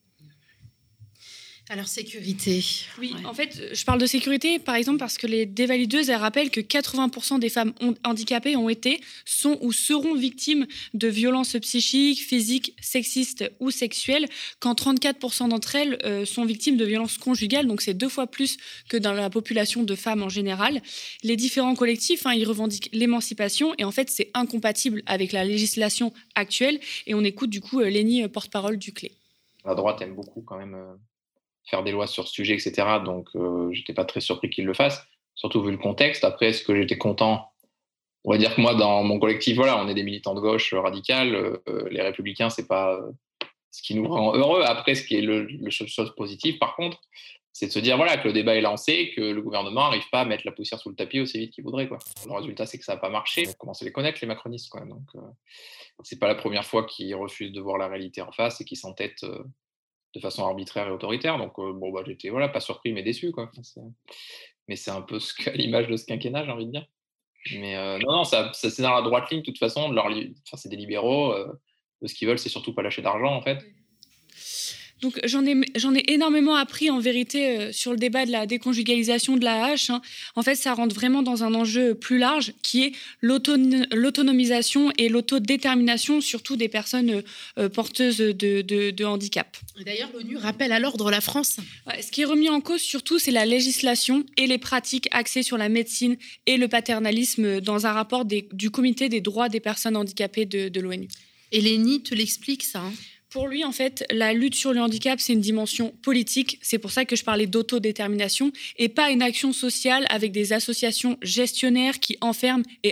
À leur sécurité. Oui, en fait, je parle de sécurité, par exemple, parce que les dévalideuses, elles rappellent que 80% des femmes handicapées ont été, sont ou seront victimes de violences psychiques, physiques, sexistes ou sexuelles, quand 34% d'entre elles sont victimes de violences conjugales, donc c'est 2 fois plus que dans la population de femmes en général. Les différents collectifs, ils revendiquent l'émancipation, et en fait, c'est incompatible avec la législation actuelle, et on écoute du coup Lenny, porte-parole du CLÉ. La droite aime beaucoup quand même faire des lois sur ce sujet, etc. Donc, j'étais pas très surpris qu'ils le fassent, surtout vu le contexte. Après, est-ce que j'étais content? On va dire que moi, dans mon collectif, on est des militants de gauche radicales. Les Républicains, c'est pas ce qui nous rend heureux. Après, ce qui est le chose positive, par contre, c'est de se dire que le débat est lancé, que le gouvernement n'arrive pas à mettre la poussière sous le tapis aussi vite qu'il voudrait, quoi. Le résultat, c'est que ça n'a pas marché. On commence à les connaître, les macronistes, quoi. Donc, c'est pas la première fois qu'ils refusent de voir la réalité en face et qu'ils s'entêtent de façon arbitraire et autoritaire. Donc, j'étais pas surpris, mais déçu, quoi. Mais c'est un peu à l'image de ce quinquennat, j'ai envie de dire. Mais non, ça c'est dans la droite ligne, de toute façon. C'est des libéraux. Ce qu'ils veulent, c'est surtout pas lâcher d'argent, en fait. Donc, j'en ai énormément appris, en vérité, sur le débat de la déconjugalisation de la hache. En fait, ça rentre vraiment dans un enjeu plus large, qui est l'autonomisation et l'autodétermination, surtout des personnes porteuses de handicap. D'ailleurs, l'ONU rappelle à l'ordre la France. Ce qui est remis en cause, surtout, c'est la législation et les pratiques axées sur la médecine et le paternalisme dans un rapport du Comité des droits des personnes handicapées de l'ONU. Et Lenny te l'explique, ça. Pour lui, en fait, la lutte sur le handicap, c'est une dimension politique. C'est pour ça que je parlais d'autodétermination et pas une action sociale avec des associations gestionnaires qui enferment et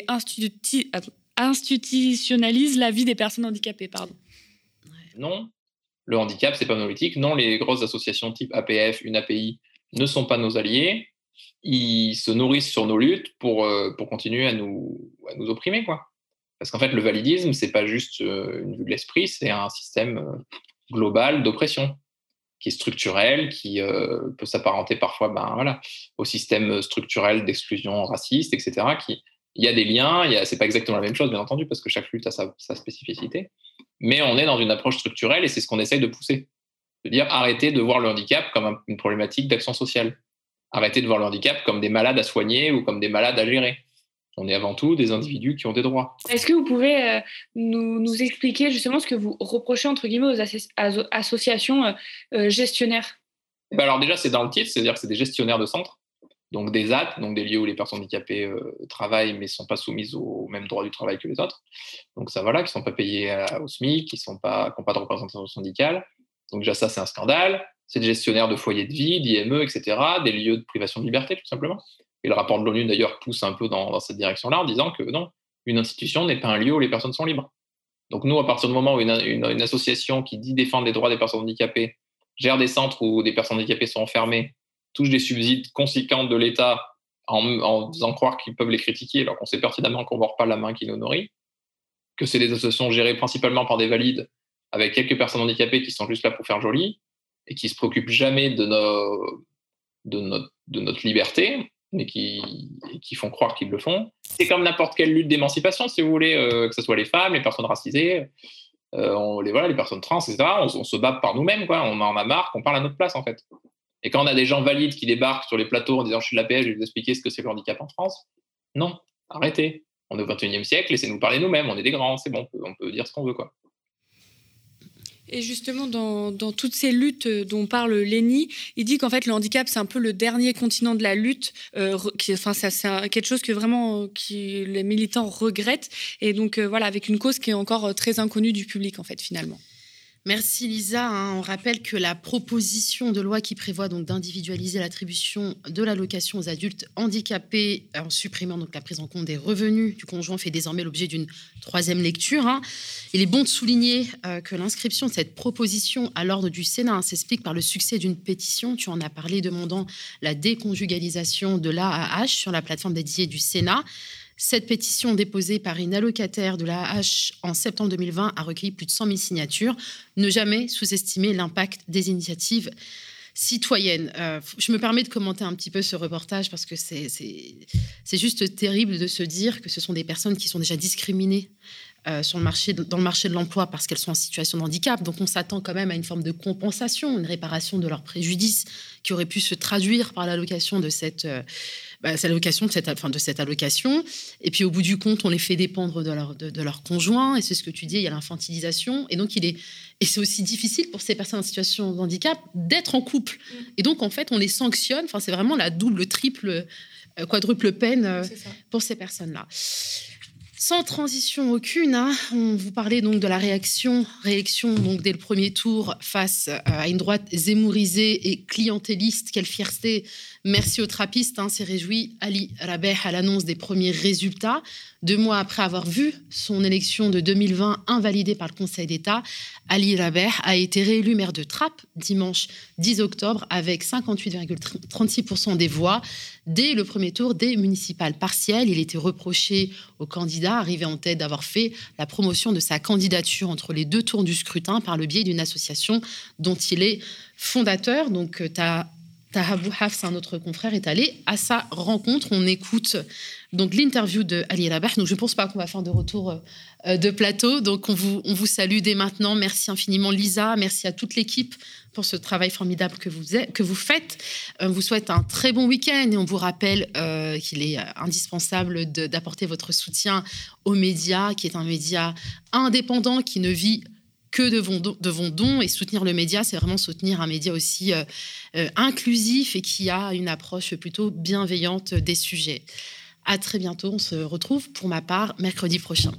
institutionnalisent la vie des personnes handicapées. Non, le handicap, c'est pas monolithique. Non, les grosses associations type APF, une API ne sont pas nos alliés. Ils se nourrissent sur nos luttes pour continuer à nous opprimer, quoi. Parce qu'en fait, le validisme, c'est pas juste une vue de l'esprit, c'est un système global d'oppression qui est structurel, qui peut s'apparenter parfois au système structurel d'exclusion raciste, etc. Il y a des liens, c'est pas exactement la même chose, bien entendu, parce que chaque lutte a sa spécificité, mais on est dans une approche structurelle et c'est ce qu'on essaye de pousser. De dire, arrêtez de voir le handicap comme une problématique d'action sociale. Arrêtez de voir le handicap comme des malades à soigner ou comme des malades à gérer. On est avant tout des individus qui ont des droits. Est-ce que vous pouvez nous expliquer justement ce que vous reprochez entre guillemets aux associations gestionnaires? Alors déjà, c'est dans le titre, c'est-à-dire que c'est des gestionnaires de centres, donc des ZAT, donc des lieux où les personnes handicapées travaillent mais ne sont pas soumises au même droit du travail que les autres. Donc ça, qui ne sont pas payés au SMIC, qui n'ont pas de représentation syndicale. Donc déjà ça, c'est un scandale. C'est des gestionnaires de foyers de vie, d'IME, etc., des lieux de privation de liberté, tout simplement. Et le rapport de l'ONU, d'ailleurs, pousse un peu dans cette direction-là en disant que non, une institution n'est pas un lieu où les personnes sont libres. Donc nous, à partir du moment où une association qui dit défendre les droits des personnes handicapées gère des centres où des personnes handicapées sont enfermées, touche des subsides conséquents de l'État en faisant croire qu'ils peuvent les critiquer alors qu'on sait pertinemment qu'on ne mord pas la main qui nous nourrit, que c'est des associations gérées principalement par des valides avec quelques personnes handicapées qui sont juste là pour faire joli et qui ne se préoccupent jamais de notre liberté, mais qui font croire qu'ils le font. C'est comme n'importe quelle lutte d'émancipation, si vous voulez, que ce soit les femmes, les personnes racisées, les personnes trans, etc. On se bat par nous-mêmes, quoi. On en a marre qu'on parle à notre place, en fait. Et quand on a des gens valides qui débarquent sur les plateaux en disant « je suis de l'APS, je vais vous expliquer ce que c'est le handicap en France », non, arrêtez. On est au XXIe siècle, laissez-nous parler nous-mêmes, on est des grands, c'est bon, on peut dire ce qu'on veut, quoi. Et justement, dans toutes ces luttes dont parle Lenny, il dit qu'en fait, le handicap, c'est un peu le dernier continent de la lutte. C'est quelque chose que les militants regrettent. Et donc, avec une cause qui est encore très inconnue du public, en fait, finalement. Merci Lisa. On rappelle que la proposition de loi qui prévoit donc d'individualiser l'attribution de l'allocation aux adultes handicapés en supprimant donc la prise en compte des revenus du conjoint fait désormais l'objet d'une 3e lecture. Il est bon de souligner que l'inscription de cette proposition à l'ordre du Sénat s'explique par le succès d'une pétition. Tu en as parlé, demandant la déconjugalisation de l'AAH sur la plateforme dédiée du Sénat. Cette pétition déposée par une allocataire de l'AAH en septembre 2020 a recueilli plus de 100 000 signatures. Ne jamais sous-estimer l'impact des initiatives citoyennes. Je me permets de commenter un petit peu ce reportage parce que c'est juste terrible de se dire que ce sont des personnes qui sont déjà discriminées dans le marché de l'emploi parce qu'elles sont en situation de handicap. Donc, on s'attend quand même à une forme de compensation, une réparation de leurs préjudices qui aurait pu se traduire par l'allocation de cette allocation. Et puis, au bout du compte, on les fait dépendre de leur conjoint. Et c'est ce que tu dis, il y a l'infantilisation. Et donc, c'est aussi difficile pour ces personnes en situation de handicap d'être en couple. Et donc, en fait, on les sanctionne. Enfin, c'est vraiment la double, triple, quadruple peine pour ces personnes-là. Sans transition aucune, on vous parlait donc de la réaction donc dès le premier tour face à une droite zémourisée et clientéliste. Quelle fierté! Merci aux trappistes, s'est réjoui Ali Rabeh à l'annonce des premiers résultats. 2 mois après avoir vu son élection de 2020 invalidée par le Conseil d'État, Ali Rabeh a été réélu maire de Trappes dimanche 10 octobre avec 58,36% des voix. Dès le premier tour des municipales partielles, il était reproché au candidat arrivé en tête d'avoir fait la promotion de sa candidature entre les 2 tours du scrutin par le biais d'une association dont il est fondateur. Donc, Tahabou Hafs, un autre confrère, est allé à sa rencontre. On écoute donc l'interview de Ali Rabeh. Donc, je ne pense pas qu'on va faire de retour de plateau. Donc, on vous salue dès maintenant. Merci infiniment, Lisa. Merci à toute l'équipe pour ce travail formidable que vous faites. On vous souhaite un très bon week-end et on vous rappelle qu'il est indispensable d'apporter votre soutien aux médias, qui est un média indépendant qui ne vit que devant dons. Et soutenir le média, c'est vraiment soutenir un média aussi inclusif et qui a une approche plutôt bienveillante des sujets. À très bientôt. On se retrouve pour ma part mercredi prochain.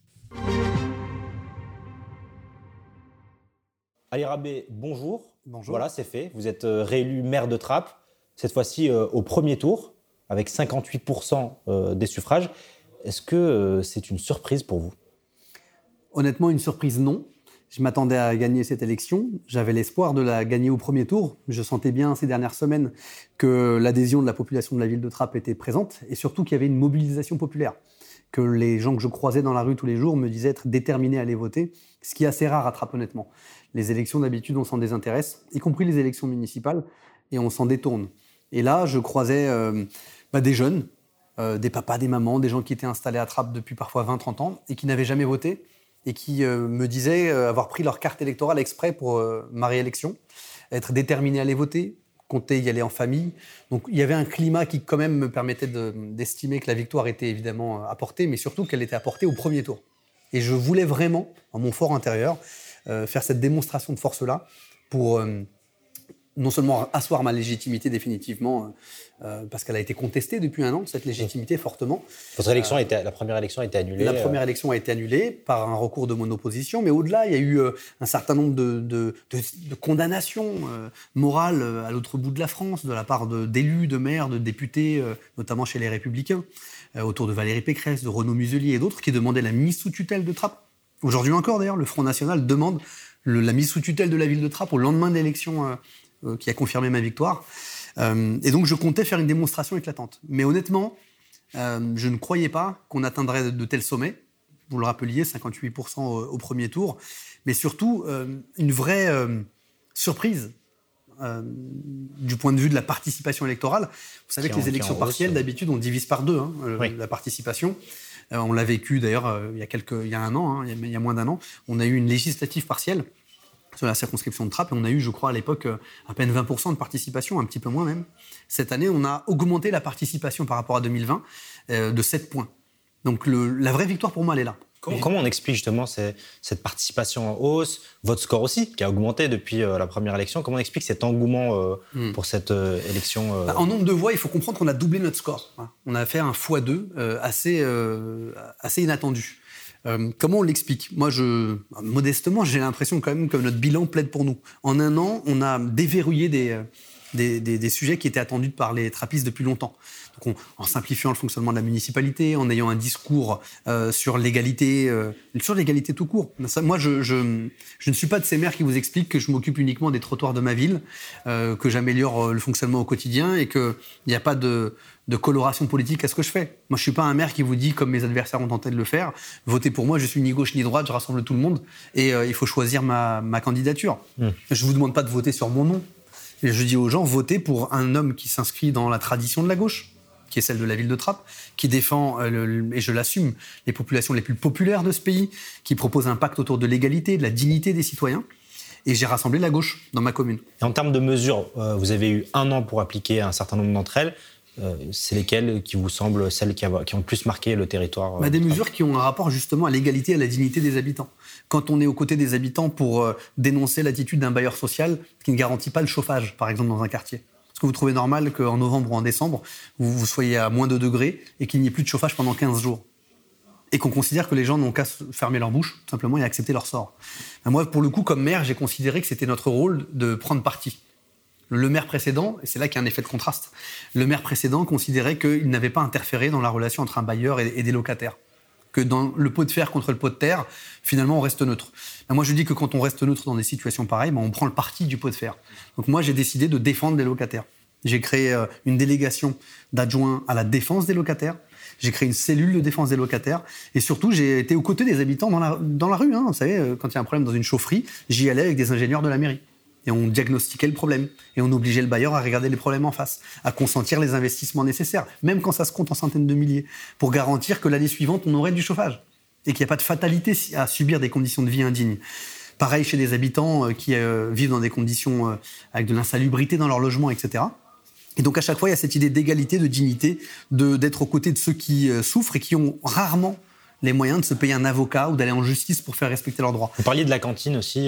Ali Rabeh, bonjour. Bonjour. Voilà, c'est fait. Vous êtes réélu maire de Trappes, cette fois-ci au premier tour, avec 58% des suffrages. Est-ce que c'est une surprise pour vous ? Honnêtement, une surprise, non. Je m'attendais à gagner cette élection. J'avais l'espoir de la gagner au premier tour. Je sentais bien ces dernières semaines que l'adhésion de la population de la ville de Trappes était présente et surtout qu'il y avait une mobilisation populaire. Que les gens que je croisais dans la rue tous les jours me disaient être déterminés à aller voter, ce qui est assez rare à Trappes, honnêtement. Les élections, d'habitude, on s'en désintéresse, y compris les élections municipales, et on s'en détourne. Et là, je croisais des jeunes, des papas, des mamans, des gens qui étaient installés à Trappes depuis parfois 20-30 ans et qui n'avaient jamais voté, et qui me disaient avoir pris leur carte électorale exprès pour ma réélection, être déterminés à aller voter, compter y aller en famille. Donc il y avait un climat qui quand même me permettait d'estimer que la victoire était évidemment apportée, mais surtout qu'elle était apportée au premier tour. Et je voulais vraiment, en mon fort intérieur, faire cette démonstration de force-là pour non seulement asseoir ma légitimité définitivement, parce qu'elle a été contestée depuis 1 an, cette légitimité fortement. Votre élection la première élection a été annulée. La première élection a été annulée par un recours de mon opposition, mais au-delà, il y a eu un certain nombre de condamnations morales à l'autre bout de la France, de la part d'élus, de maires, de députés, notamment chez les Républicains, autour de Valérie Pécresse, de Renaud Muselier et d'autres, qui demandaient la mise sous tutelle de Trappes. Aujourd'hui encore, d'ailleurs, le Front National demande la mise sous tutelle de la ville de Trappes au lendemain de l'élection qui a confirmé ma victoire. Et donc, je comptais faire une démonstration éclatante. Mais honnêtement, je ne croyais pas qu'on atteindrait de tels sommets. Vous le rappeliez, 58% au premier tour. Mais surtout, une vraie surprise du point de vue de la participation électorale. Vous savez que les élections partielles, d'habitude, on divise par 2 la participation. On l'a vécu d'ailleurs il y a 1 an, il y a moins d'1 an. On a eu une législative partielle sur la circonscription de Trappes et on a eu, je crois, à l'époque, à peine 20% de participation, un petit peu moins même. Cette année, on a augmenté la participation par rapport à 2020 de 7 points. Donc la vraie victoire pour moi, elle est là. Comment on explique justement cette participation en hausse, votre score aussi, qui a augmenté depuis la première élection? Comment on explique cet engouement pour cette élection En nombre de voix, il faut comprendre qu'on a doublé notre score. On a fait un x2 assez inattendu. Comment on l'explique? Moi, modestement, j'ai l'impression quand même que notre bilan plaide pour nous. En 1 an, on a déverrouillé des sujets qui étaient attendus par les trappistes depuis longtemps. Donc en simplifiant le fonctionnement de la municipalité, en ayant un discours sur l'égalité tout court. Moi, je ne suis pas de ces maires qui vous expliquent que je m'occupe uniquement des trottoirs de ma ville, que j'améliore le fonctionnement au quotidien et qu'il n'y a pas de coloration politique à ce que je fais. Moi, je ne suis pas un maire qui vous dit, comme mes adversaires ont tenté de le faire, votez pour moi, je suis ni gauche ni droite, je rassemble tout le monde et il faut choisir ma candidature. Je ne vous demande pas de voter sur mon nom. Et je dis aux gens, votez pour un homme qui s'inscrit dans la tradition de la gauche, qui est celle de la ville de Trappes, qui défend, et je l'assume, les populations les plus populaires de ce pays, qui propose un pacte autour de l'égalité, de la dignité des citoyens. Et j'ai rassemblé la gauche dans ma commune. Et en termes de mesures, vous avez eu 1 an pour appliquer un certain nombre d'entre elles. C'est lesquelles qui vous semblent celles qui ont le plus marqué le territoire Des mesures qui ont un rapport justement à l'égalité et à la dignité des habitants. Quand on est aux côtés des habitants pour dénoncer l'attitude d'un bailleur social qui ne garantit pas le chauffage, par exemple, dans un quartier. Est-ce que vous trouvez normal qu'en novembre ou en décembre, vous soyez à moins de 2 degrés et qu'il n'y ait plus de chauffage pendant 15 jours? Et qu'on considère que les gens n'ont qu'à fermer leur bouche, tout simplement, et accepter leur sort. Moi, pour le coup, comme maire, j'ai considéré que c'était notre rôle de prendre parti. Le maire précédent, et c'est là qu'il y a un effet de contraste, le maire précédent considérait qu'il n'avait pas interféré dans la relation entre un bailleur et des locataires. Que dans le pot de fer contre le pot de terre, finalement, on reste neutre. Moi, je dis que quand on reste neutre dans des situations pareilles, on prend le parti du pot de fer. Donc moi, j'ai décidé de défendre les locataires. J'ai créé une délégation d'adjoints à la défense des locataires. J'ai créé une cellule de défense des locataires. Et surtout, j'ai été aux côtés des habitants dans la rue. Vous savez, quand il y a un problème dans une chaufferie, j'y allais avec des ingénieurs de la mairie. Et on diagnostiquait le problème. Et on obligeait le bailleur à regarder les problèmes en face, à consentir les investissements nécessaires, même quand ça se compte en centaines de milliers, pour garantir que l'année suivante, on aurait du chauffage. Et qu'il n'y a pas de fatalité à subir des conditions de vie indignes. Pareil chez des habitants qui vivent dans des conditions avec de l'insalubrité dans leur logement, etc. Et donc à chaque fois, il y a cette idée d'égalité, de dignité, d'être aux côtés de ceux qui souffrent et qui ont rarement les moyens de se payer un avocat ou d'aller en justice pour faire respecter leurs droits. Vous parliez de la cantine aussi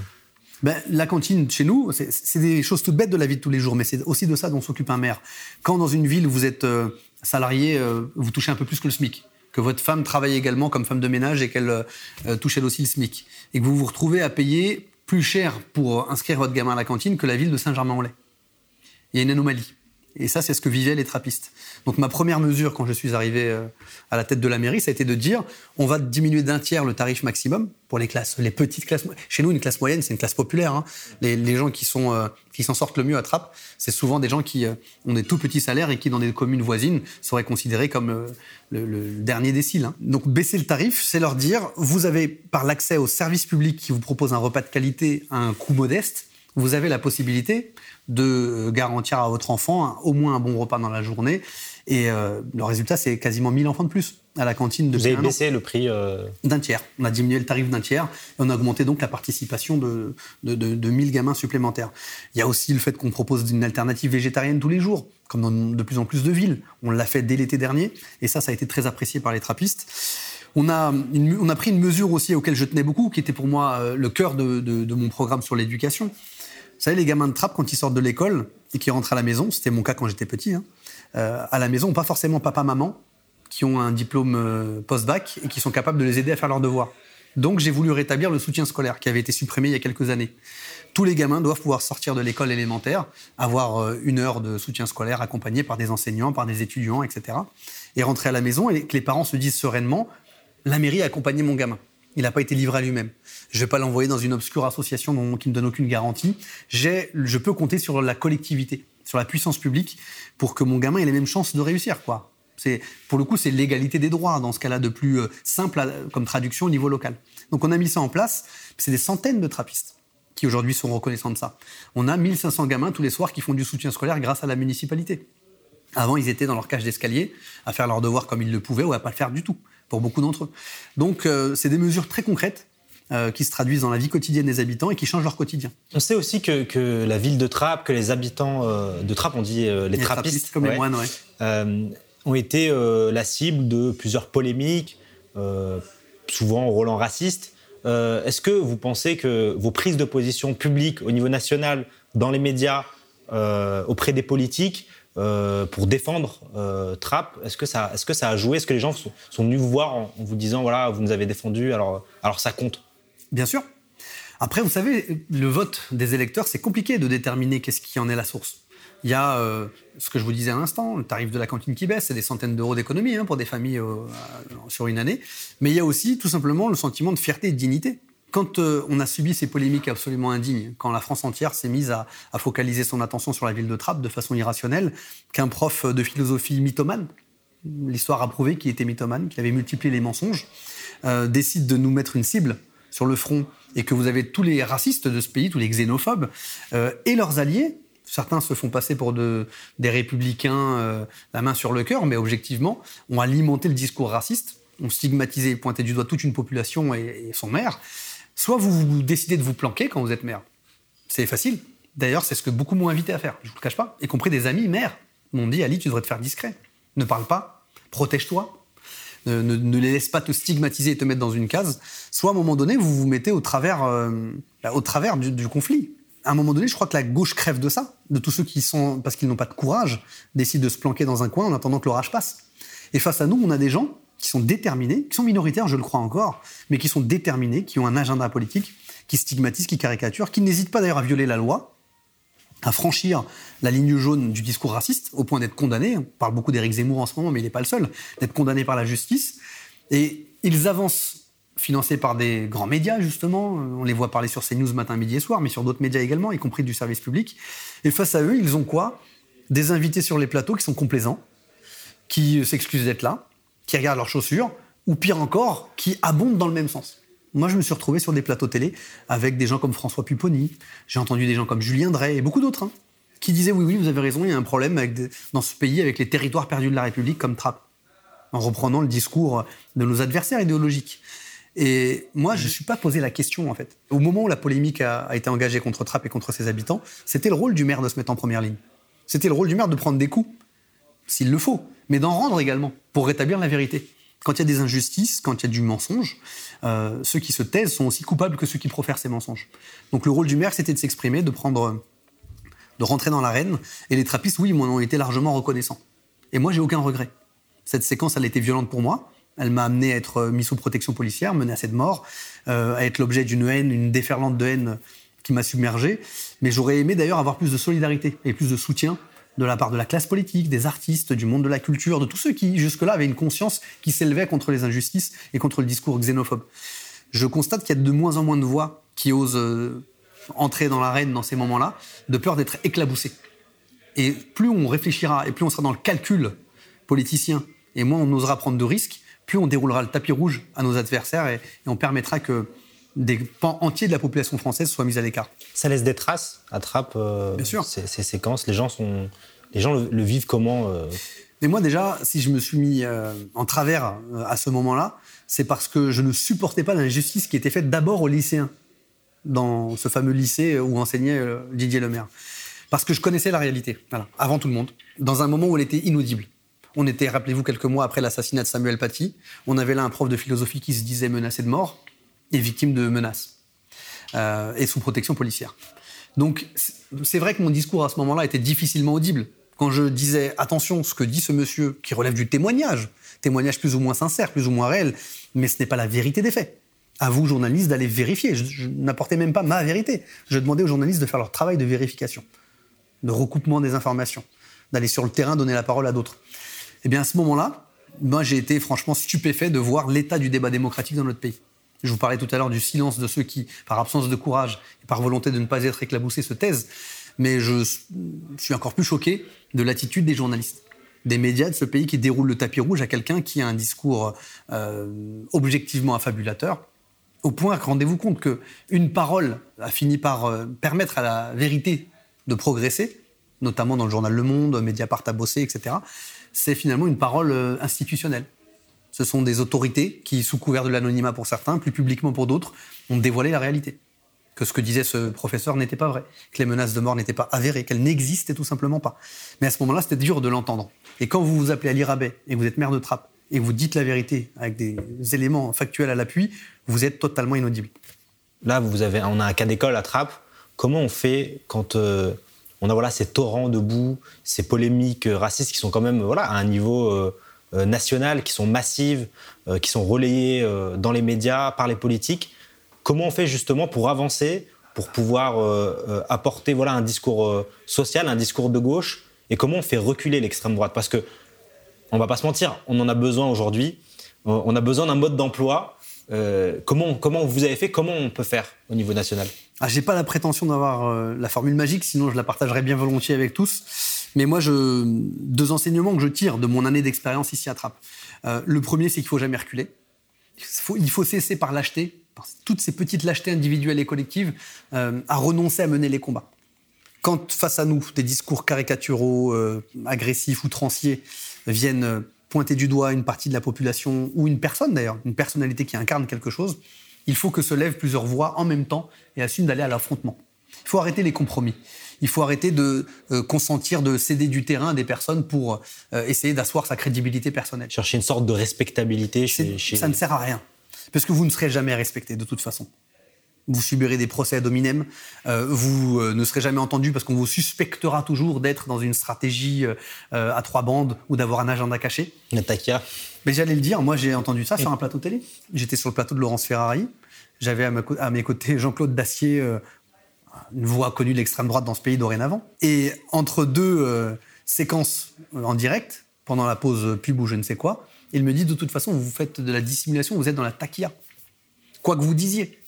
La cantine, chez nous, c'est des choses toutes bêtes de la vie de tous les jours, mais c'est aussi de ça dont s'occupe un maire. Quand dans une ville, vous êtes salarié, vous touchez un peu plus que le SMIC, que votre femme travaille également comme femme de ménage et qu'elle touche elle aussi le SMIC, et que vous vous retrouvez à payer plus cher pour inscrire votre gamin à la cantine que la ville de Saint-Germain-en-Laye. Il y a une anomalie. Et ça, c'est ce que vivaient les trappistes. Donc ma première mesure, quand je suis arrivé à la tête de la mairie, ça a été de dire on va diminuer d'1 tiers le tarif maximum pour les petites classes. Chez nous, une classe moyenne, c'est une classe populaire. Les gens qui s'en sortent le mieux à Trappes, c'est souvent des gens qui ont des tout petits salaires et qui, dans des communes voisines, seraient considérés comme le dernier décile. Donc baisser le tarif, c'est leur dire vous avez, par l'accès aux services publics qui vous proposent un repas de qualité à un coût modeste, vous avez la possibilité de garantir à votre enfant au moins un bon repas dans la journée. Et le résultat, c'est quasiment 1000 enfants de plus à la cantine depuis 1 an. Vous avez baissé le prix d'1 tiers. On a diminué le tarif d'1 tiers et on a augmenté donc la participation de 1000 gamins supplémentaires. Il y a aussi le fait qu'on propose une alternative végétarienne tous les jours, comme dans de plus en plus de villes. On l'a fait dès l'été dernier et ça a été très apprécié par les trappistes. On a pris une mesure aussi auquel je tenais beaucoup, qui était pour moi le cœur de mon programme sur l'éducation. savez, les gamins de Trappes, quand ils sortent de l'école et qui rentrent à la maison, c'était mon cas quand j'étais petit, à la maison, n'ont pas forcément papa-maman qui ont un diplôme post-bac et qui sont capables de les aider à faire leurs devoirs. Donc j'ai voulu rétablir le soutien scolaire qui avait été supprimé il y a quelques années. Tous les gamins doivent pouvoir sortir de l'école élémentaire, avoir 1 heure de soutien scolaire accompagné par des enseignants, par des étudiants, etc. Et rentrer à la maison et que les parents se disent sereinement « la mairie a accompagné mon gamin ». Il n'a pas été livré à lui-même. Je ne vais pas l'envoyer dans une obscure association qui ne me donne aucune garantie. Je peux compter sur la collectivité, sur la puissance publique pour que mon gamin ait les mêmes chances de réussir, quoi. Pour le coup, c'est l'égalité des droits, dans ce cas-là, de plus simple comme traduction au niveau local. Donc on a mis ça en place. C'est des centaines de trappistes qui aujourd'hui sont reconnaissants de ça. On a 1500 gamins tous les soirs qui font du soutien scolaire grâce à la municipalité. Avant, ils étaient dans leur cage d'escalier à faire leurs devoirs comme ils le pouvaient ou à ne pas le faire du tout, pour beaucoup d'entre eux. Donc c'est des mesures très concrètes qui se traduisent dans la vie quotidienne des habitants et qui changent leur quotidien. On sait aussi que la ville de Trappes, que les habitants de Trappes, on dit les trappistes, comme les moines, ouais. Ont été la cible de plusieurs polémiques, souvent au Roland raciste. Est-ce que vous pensez que vos prises de position publiques au niveau national, dans les médias, auprès des politiques, pour défendre Trappes, est-ce que ça a joué? Est-ce que les gens sont venus vous voir en vous disant voilà, vous nous avez défendus, alors ça compte? Bien sûr. Après, vous savez, le vote des électeurs, c'est compliqué de déterminer qu'est-ce qui en est la source. Il y a ce que je vous disais à l'instant, le tarif de la cantine qui baisse, c'est des centaines d'euros d'économie pour des familles sur une année. Mais il y a aussi tout simplement le sentiment de fierté et de dignité. Quand on a subi ces polémiques absolument indignes, quand la France entière s'est mise à focaliser son attention sur la ville de Trappes de façon irrationnelle, qu'un prof de philosophie mythomane, l'histoire a prouvé qu'il était mythomane, qu'il avait multiplié les mensonges, décide de nous mettre une cible sur le front et que vous avez tous les racistes de ce pays, tous les xénophobes et leurs alliés. Certains se font passer pour des républicains la main sur le cœur, mais objectivement, ont alimenté le discours raciste, ont stigmatisé, pointé du doigt toute une population et son maire. Soit vous décidez de vous planquer quand vous êtes maire. C'est facile. D'ailleurs, c'est ce que beaucoup m'ont invité à faire, je ne vous le cache pas, y compris des amis maires m'ont dit « Ali, tu devrais te faire discret. Ne parle pas, protège-toi, ne les laisse pas te stigmatiser et te mettre dans une case. » Soit à un moment donné, vous vous mettez au travers du conflit. À un moment donné, je crois que la gauche crève de ça, de tous ceux qui sont, parce qu'ils n'ont pas de courage, décident de se planquer dans un coin en attendant que l'orage passe. Et face à nous, on a des gens qui sont déterminés, qui sont minoritaires, je le crois encore, mais qui sont déterminés, qui ont un agenda politique, qui stigmatisent, qui caricaturent, qui n'hésitent pas d'ailleurs à violer la loi, à franchir la ligne jaune du discours raciste, au point d'être condamnés. On parle beaucoup d'Éric Zemmour en ce moment, mais il n'est pas le seul, d'être condamné par la justice. Et ils avancent financés par des grands médias, justement. On les voit parler sur CNews matin, midi et soir, mais sur d'autres médias également, y compris du service public. Et face à eux, ils ont quoi? Des invités sur les plateaux qui sont complaisants, qui s'excusent d'être là, qui regardent leurs chaussures, ou pire encore, qui abondent dans le même sens. Moi, je me suis retrouvé sur des plateaux télé avec des gens comme François Pupponi, j'ai entendu des gens comme Julien Drey et beaucoup d'autres, qui disaient « Oui, vous avez raison, il y a un problème dans ce pays avec les territoires perdus de la République comme Trappes », en reprenant le discours de nos adversaires idéologiques. Et moi, je ne me suis pas posé la question, en fait. Au moment où la polémique a été engagée contre Trappes et contre ses habitants, c'était le rôle du maire de se mettre en première ligne. C'était le rôle du maire de prendre des coups, s'il le faut, mais d'en rendre également, pour rétablir la vérité. Quand il y a des injustices, quand il y a du mensonge, ceux qui se taisent sont aussi coupables que ceux qui profèrent ces mensonges. Donc le rôle du maire, c'était de s'exprimer, de rentrer dans l'arène. Et les trappistes, oui, m'en ont été largement reconnaissants. Et moi, j'ai aucun regret. Cette séquence, elle a été violente pour moi. Elle m'a amené à être mis sous protection policière, menacé de mort, à être l'objet d'une haine, une déferlante de haine qui m'a submergé. Mais j'aurais aimé d'ailleurs avoir plus de solidarité et plus de soutien de la part de la classe politique, des artistes, du monde de la culture, de tous ceux qui, jusque-là, avaient une conscience qui s'élevait contre les injustices et contre le discours xénophobe. Je constate qu'il y a de moins en moins de voix qui osent entrer dans l'arène dans ces moments-là, de peur d'être éclaboussées. Et plus on réfléchira et plus on sera dans le calcul politicien, et moins on osera prendre de risques, plus on déroulera le tapis rouge à nos adversaires et on permettra que des pans entiers de la population française soient mis à l'écart. Ça laisse des traces à Trappes, bien sûr. Ces séquences. Les gens le vivent comment Mais moi déjà, si je me suis mis en travers à ce moment-là, c'est parce que je ne supportais pas l'injustice qui était faite d'abord aux lycéens, dans ce fameux lycée où enseignait Didier Lemaire. Parce que je connaissais la réalité, voilà, avant tout le monde, dans un moment où elle était inaudible. On était, rappelez-vous, quelques mois après l'assassinat de Samuel Paty, on avait là un prof de philosophie qui se disait menacé de mort et victime de menaces et sous protection policière. Donc, c'est vrai que mon discours à ce moment-là était difficilement audible. Quand je disais « attention, ce que dit ce monsieur qui relève du témoignage plus ou moins sincère, plus ou moins réel, mais ce n'est pas la vérité des faits. À vous, journalistes, d'aller vérifier. Je n'apportais même pas ma vérité. Je demandais aux journalistes de faire leur travail de vérification, de recoupement des informations, d'aller sur le terrain donner la parole à d'autres. Eh bien, à ce moment-là, moi, j'ai été franchement stupéfait de voir l'état du débat démocratique dans notre pays. Je vous parlais tout à l'heure du silence de ceux qui, par absence de courage et par volonté de ne pas être éclaboussés, se taisent. Mais je suis encore plus choqué de l'attitude des journalistes, des médias de ce pays qui déroulent le tapis rouge à quelqu'un qui a un discours objectivement affabulateur, au point que rendez-vous compte qu'une parole a fini par permettre à la vérité de progresser, notamment dans le journal Le Monde, Mediapart a bossé, etc. C'est finalement une parole institutionnelle. Ce sont des autorités qui, sous couvert de l'anonymat pour certains, plus publiquement pour d'autres, ont dévoilé la réalité. Que ce que disait ce professeur n'était pas vrai, que les menaces de mort n'étaient pas avérées, qu'elles n'existaient tout simplement pas. Mais à ce moment-là, c'était dur de l'entendre. Et quand vous vous appelez Ali Rabet et que vous êtes maire de Trappes et que vous dites la vérité avec des éléments factuels à l'appui, vous êtes totalement inaudible. Là, on a un cas d'école à Trappes. Comment on fait quand on a ces torrents de boue, ces polémiques racistes qui sont quand même à un niveau national, qui sont massives, qui sont relayées dans les médias, par les politiques? Comment on fait justement pour avancer, pour pouvoir apporter un discours social, un discours de gauche, et comment on fait reculer l'extrême droite? Parce que, on ne va pas se mentir, on en a besoin aujourd'hui, on a besoin d'un mode d'emploi. Comment vous avez fait, comment on peut faire au niveau national? Je n'ai pas la prétention d'avoir la formule magique, sinon je la partagerais bien volontiers avec tous. Mais moi, 2 enseignements que je tire de mon année d'expérience ici à Trappes. Le premier, c'est qu'il ne faut jamais reculer. Il faut cesser par lâcheté, par toutes ces petites lâchetés individuelles et collectives, à renoncer à mener les combats. Quand face à nous, des discours caricaturaux, agressifs, outranciers, viennent pointer du doigt une partie de la population, ou une personne d'ailleurs, une personnalité qui incarne quelque chose, il faut que se lèvent plusieurs voix en même temps et assument d'aller à l'affrontement. Il faut arrêter les compromis. Il faut arrêter de consentir, de céder du terrain à des personnes pour essayer d'asseoir sa crédibilité personnelle. Chercher une sorte de respectabilité chez... Ça ne sert à rien, parce que vous ne serez jamais respecté de toute façon. Vous subirez des procès ad hominem, vous ne serez jamais entendu parce qu'on vous suspectera toujours d'être dans une stratégie à 3 bandes ou d'avoir un agenda caché. Natakia. Mais j'allais le dire, moi j'ai entendu ça sur un plateau télé. J'étais sur le plateau de Laurence Ferrari, j'avais à mes côtés Jean-Claude Dacier, une voix connue de l'extrême droite dans ce pays dorénavant. Et entre 2 séquences en direct, pendant la pause pub ou je ne sais quoi, il me dit de toute façon, vous faites de la dissimulation, vous êtes dans la taquilla. Quoi que vous disiez,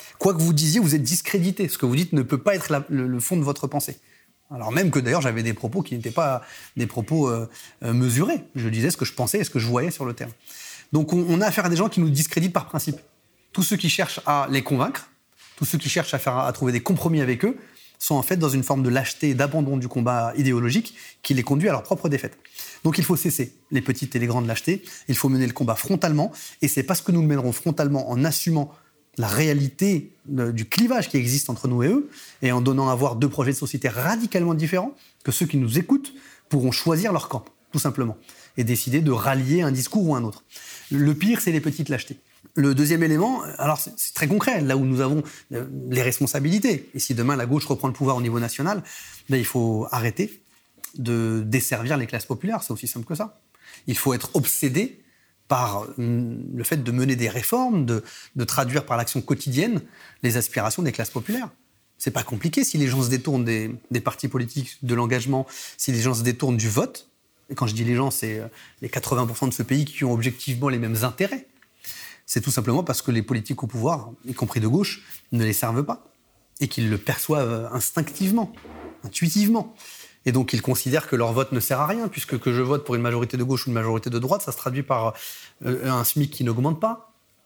vous êtes discrédité. Ce que vous dites ne peut pas être le fond de votre pensée. Alors même que d'ailleurs, j'avais des propos qui n'étaient pas des propos mesurés. Je disais ce que je pensais et ce que je voyais sur le terrain. Donc on a affaire à des gens qui nous discréditent par principe. Tous ceux qui cherchent à les convaincre, tous ceux qui cherchent à trouver des compromis avec eux, sont en fait dans une forme de lâcheté et d'abandon du combat idéologique qui les conduit à leur propre défaite. Donc il faut cesser les petites et les grandes lâchetés, il faut mener le combat frontalement, et c'est parce que nous le mènerons frontalement en assumant la réalité du clivage qui existe entre nous et eux, et en donnant à voir 2 projets de société radicalement différents, que ceux qui nous écoutent pourront choisir leur camp, tout simplement, et décider de rallier un discours ou un autre. Le pire, c'est les petites lâchetés. Le deuxième élément, alors c'est très concret, là où nous avons les responsabilités. Et si demain la gauche reprend le pouvoir au niveau national, il faut arrêter de desservir les classes populaires, c'est aussi simple que ça. Il faut être obsédé par le fait de mener des réformes, de traduire par l'action quotidienne les aspirations des classes populaires. C'est pas compliqué si les gens se détournent des partis politiques, de l'engagement, si les gens se détournent du vote. Et quand je dis les gens, c'est les 80% de ce pays qui ont objectivement les mêmes intérêts. C'est tout simplement parce que les politiques au pouvoir, y compris de gauche, ne les servent pas. Et qu'ils le perçoivent instinctivement, intuitivement. Et donc ils considèrent que leur vote ne sert à rien, puisque que je vote pour une majorité de gauche ou une majorité de droite, ça se traduit par un SMIC qui n'augmente pas,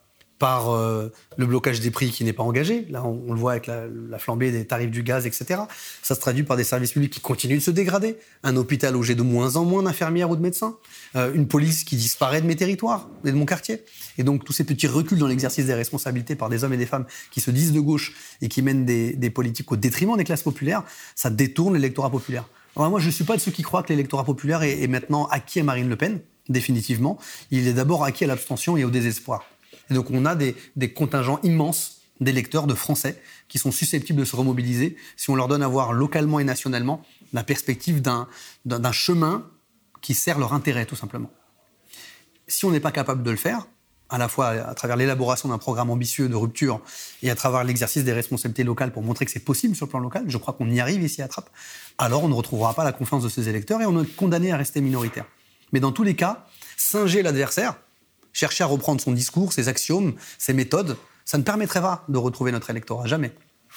par le blocage des prix qui n'est pas engagé. Là, on le voit avec la flambée des tarifs du gaz, etc. Ça se traduit par des services publics qui continuent de se dégrader, un hôpital où j'ai de moins en moins d'infirmières ou de médecins, une police qui disparaît de mes territoires et de mon quartier. Et donc, tous ces petits reculs dans l'exercice des responsabilités par des hommes et des femmes qui se disent de gauche et qui mènent des politiques au détriment des classes populaires, ça détourne l'électorat populaire. Alors moi, je ne suis pas de ceux qui croient que l'électorat populaire est maintenant acquis à Marine Le Pen, définitivement. Il est d'abord acquis à l'abstention et au désespoir. Et donc on a des contingents immenses d'électeurs, de Français, qui sont susceptibles de se remobiliser si on leur donne à voir localement et nationalement la perspective d'un chemin qui sert leur intérêt, tout simplement. Si on n'est pas capable de le faire, à la fois à travers l'élaboration d'un programme ambitieux de rupture et à travers l'exercice des responsabilités locales pour montrer que c'est possible sur le plan local, je crois qu'on y arrive ici à Trappes, alors on ne retrouvera pas la confiance de ces électeurs et on est condamné à rester minoritaire. Mais dans tous les cas, singer l'adversaire, chercher à reprendre son discours, ses axiomes, ses méthodes, ça ne permettrait pas de retrouver notre électorat, jamais.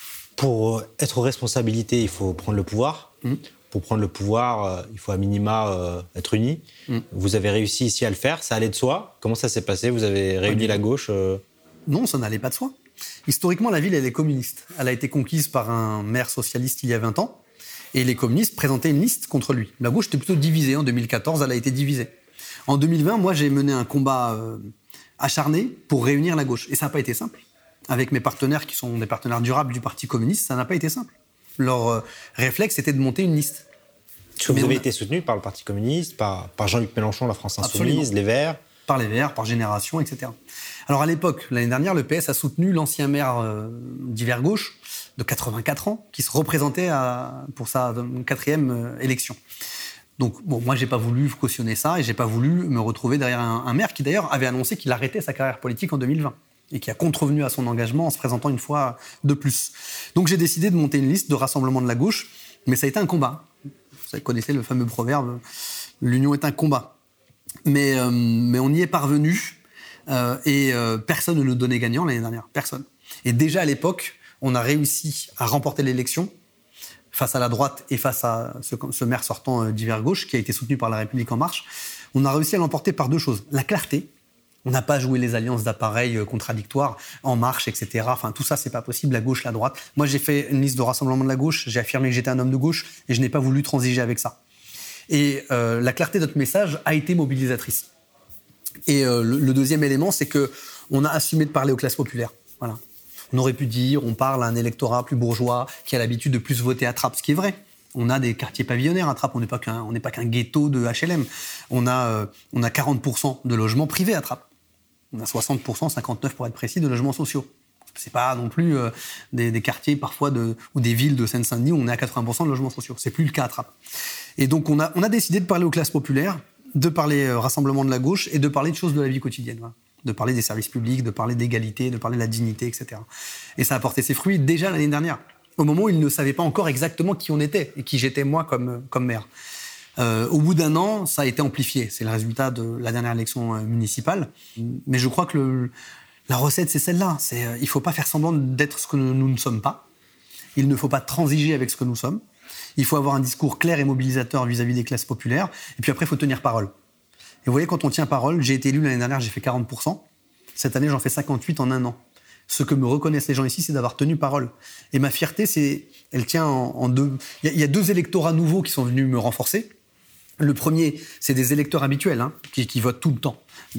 Pour être aux responsabilités, il faut prendre le pouvoir. Pour prendre le pouvoir, il faut à minima être unis. Vous avez réussi ici à le faire, ça allait de soi. Comment ça s'est passé ? Vous avez réuni la gauche Non, ça n'allait pas de soi. Historiquement, la ville, elle est communiste. Elle a été conquise par un maire socialiste il y a 20 ans. Et les communistes présentaient une liste contre lui. La gauche était plutôt divisée. En 2014, elle a été divisée. En 2020, moi, j'ai mené un combat acharné pour réunir la gauche. Et ça n'a pas été simple. Avec mes partenaires, qui sont des partenaires durables du Parti communiste, ça n'a pas été simple. Leur réflexe était de monter une liste. Vous avez été soutenu par le Parti communiste, par Jean-Luc Mélenchon, la France Insoumise, Absolument. les Verts. Par les Verts, par Génération, etc. Alors à l'époque, l'année dernière, le PS a soutenu l'ancien maire d'hiver gauche, de 84 ans, qui se représentait pour sa 4e élection. Donc, bon, moi, j'ai pas voulu cautionner ça et j'ai pas voulu me retrouver derrière un maire qui, d'ailleurs, avait annoncé qu'il arrêtait sa carrière politique en 2020 et qui a contrevenu à son engagement en se présentant une fois de plus. Donc, j'ai décidé de monter une liste de rassemblement de la gauche, mais ça a été un combat. Vous connaissez le fameux proverbe « l'union est un combat ». Mais on y est parvenu et personne ne nous donnait gagnant l'année dernière, personne. Et déjà à l'époque, on a réussi à remporter l'élection face à la droite et face à ce maire sortant d'hiver gauche qui a été soutenu par La République En Marche. On a réussi à l'emporter par 2 choses. La clarté. On n'a pas joué les alliances d'appareils contradictoires, En Marche, etc. Enfin, tout ça, c'est pas possible, la gauche, la droite. Moi, j'ai fait une liste de rassemblement de la gauche, j'ai affirmé que j'étais un homme de gauche et je n'ai pas voulu transiger avec ça. Et la clarté de notre message a été mobilisatrice. Et le deuxième élément, c'est qu'on a assumé de parler aux classes populaires. Voilà. On aurait pu dire, on parle à un électorat plus bourgeois qui a l'habitude de plus voter à Trappes, ce qui est vrai. On a des quartiers pavillonnaires à Trappes, on n'est pas qu'un ghetto de HLM. On a 40% de logements privés à Trappes. On a 60%, 59% pour être précis, de logements sociaux. C'est pas non plus des quartiers parfois ou des villes de Seine-Saint-Denis où on est à 80% de logements sociaux. C'est plus le cas à Trappes. Et donc on a décidé de parler aux classes populaires, de parler rassemblement de la gauche et de parler de choses de la vie quotidienne. Voilà. De parler des services publics, de parler d'égalité, de parler de la dignité, etc. Et ça a porté ses fruits déjà l'année dernière, au moment où ils ne savaient pas encore exactement qui on était et qui j'étais moi comme maire. Au bout d'un an, ça a été amplifié. C'est le résultat de la dernière élection municipale. Mais je crois que la recette, c'est celle-là. Il ne faut pas faire semblant d'être ce que nous ne sommes pas. Il ne faut pas transiger avec ce que nous sommes. Il faut avoir un discours clair et mobilisateur vis-à-vis des classes populaires. Et puis après, il faut tenir parole. Et vous voyez, quand on tient parole, j'ai été élu l'année dernière, j'ai fait 40%. Cette année, j'en fais 58 en un an. Ce que me reconnaissent les gens ici, c'est d'avoir tenu parole. Et ma fierté, elle tient en 2... Il y a 2 électorats nouveaux qui sont venus me renforcer. Le premier, c'est des électeurs habituels, qui votent tout le temps,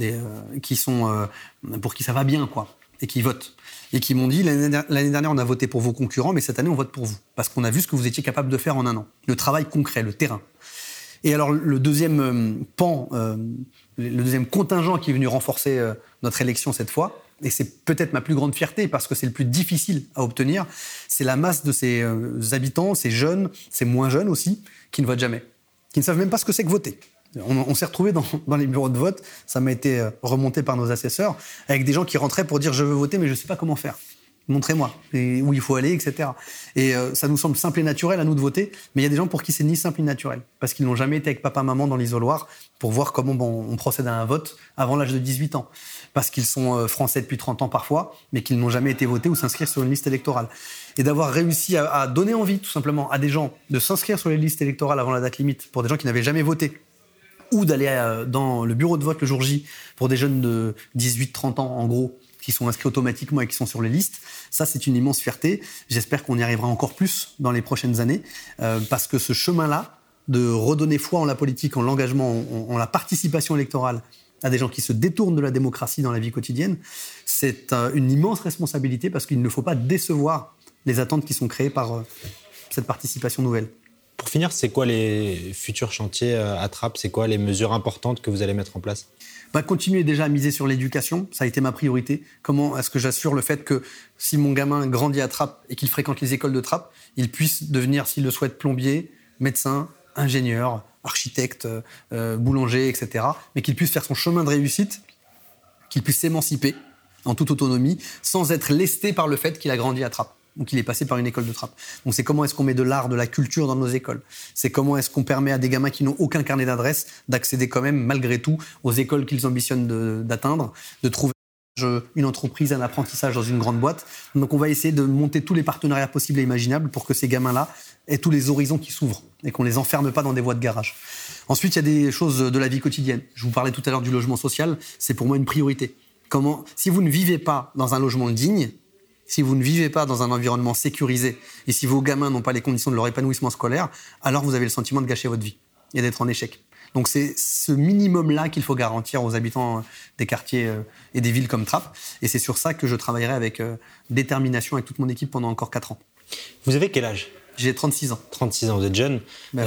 pour qui ça va bien, quoi, et qui votent. Et qui m'ont dit, l'année dernière, on a voté pour vos concurrents, mais cette année, on vote pour vous. Parce qu'on a vu ce que vous étiez capable de faire en un an. Le travail concret, le terrain. Et alors, le deuxième le deuxième contingent qui est venu renforcer notre élection cette fois, et c'est peut-être ma plus grande fierté parce que c'est le plus difficile à obtenir, c'est la masse de ces habitants, ces jeunes, ces moins jeunes aussi, qui ne votent jamais, qui ne savent même pas ce que c'est que voter. On s'est retrouvés dans les bureaux de vote, ça m'a été remonté par nos assesseurs, avec des gens qui rentraient pour dire « je veux voter, mais je ne sais pas comment faire ». Montrez-moi où il faut aller, etc. Et ça nous semble simple et naturel à nous de voter, mais il y a des gens pour qui c'est ni simple ni naturel, parce qu'ils n'ont jamais été avec papa-maman dans l'isoloir pour voir comment on procède à un vote avant l'âge de 18 ans, parce qu'ils sont français depuis 30 ans parfois, mais qu'ils n'ont jamais été votés ou s'inscrire sur une liste électorale. Et d'avoir réussi à donner envie, tout simplement, à des gens de s'inscrire sur les listes électorales avant la date limite, pour des gens qui n'avaient jamais voté, ou d'aller dans le bureau de vote le jour J pour des jeunes de 18-30 ans, en gros, qui sont inscrits automatiquement et qui sont sur les listes. Ça, c'est une immense fierté. J'espère qu'on y arrivera encore plus dans les prochaines années, parce que ce chemin-là, de redonner foi en la politique, en l'engagement, en la participation électorale à des gens qui se détournent de la démocratie dans la vie quotidienne, c'est une immense responsabilité, parce qu'il ne faut pas décevoir les attentes qui sont créées par cette participation nouvelle. Pour finir, c'est quoi les futurs chantiers à Trappes ? C'est quoi les mesures importantes que vous allez mettre en place ? Continuer déjà à miser sur l'éducation, ça a été ma priorité. Comment est-ce que j'assure le fait que si mon gamin grandit à Trappes et qu'il fréquente les écoles de Trappes, il puisse devenir, s'il le souhaite, plombier, médecin, ingénieur, architecte, boulanger, etc. Mais qu'il puisse faire son chemin de réussite, qu'il puisse s'émanciper en toute autonomie, sans être lesté par le fait qu'il a grandi à Trappes ou qu'il est passé par une école de Trappes. Donc c'est comment est-ce qu'on met de l'art, de la culture dans nos écoles. C'est comment est-ce qu'on permet à des gamins qui n'ont aucun carnet d'adresse d'accéder quand même, malgré tout, aux écoles qu'ils ambitionnent d'atteindre, de trouver une entreprise, un apprentissage dans une grande boîte. Donc on va essayer de monter tous les partenariats possibles et imaginables pour que ces gamins-là aient tous les horizons qui s'ouvrent et qu'on ne les enferme pas dans des voies de garage. Ensuite, il y a des choses de la vie quotidienne. Je vous parlais tout à l'heure du logement social, c'est pour moi une priorité. Si vous ne vivez pas dans un logement digne, si vous ne vivez pas dans un environnement sécurisé et si vos gamins n'ont pas les conditions de leur épanouissement scolaire, alors vous avez le sentiment de gâcher votre vie et d'être en échec. Donc c'est ce minimum-là qu'il faut garantir aux habitants des quartiers et des villes comme Trappes. Et c'est sur ça que je travaillerai avec détermination avec toute mon équipe pendant encore 4 ans. Vous avez quel âge ? J'ai 36 ans. 36 ans, vous êtes jeune.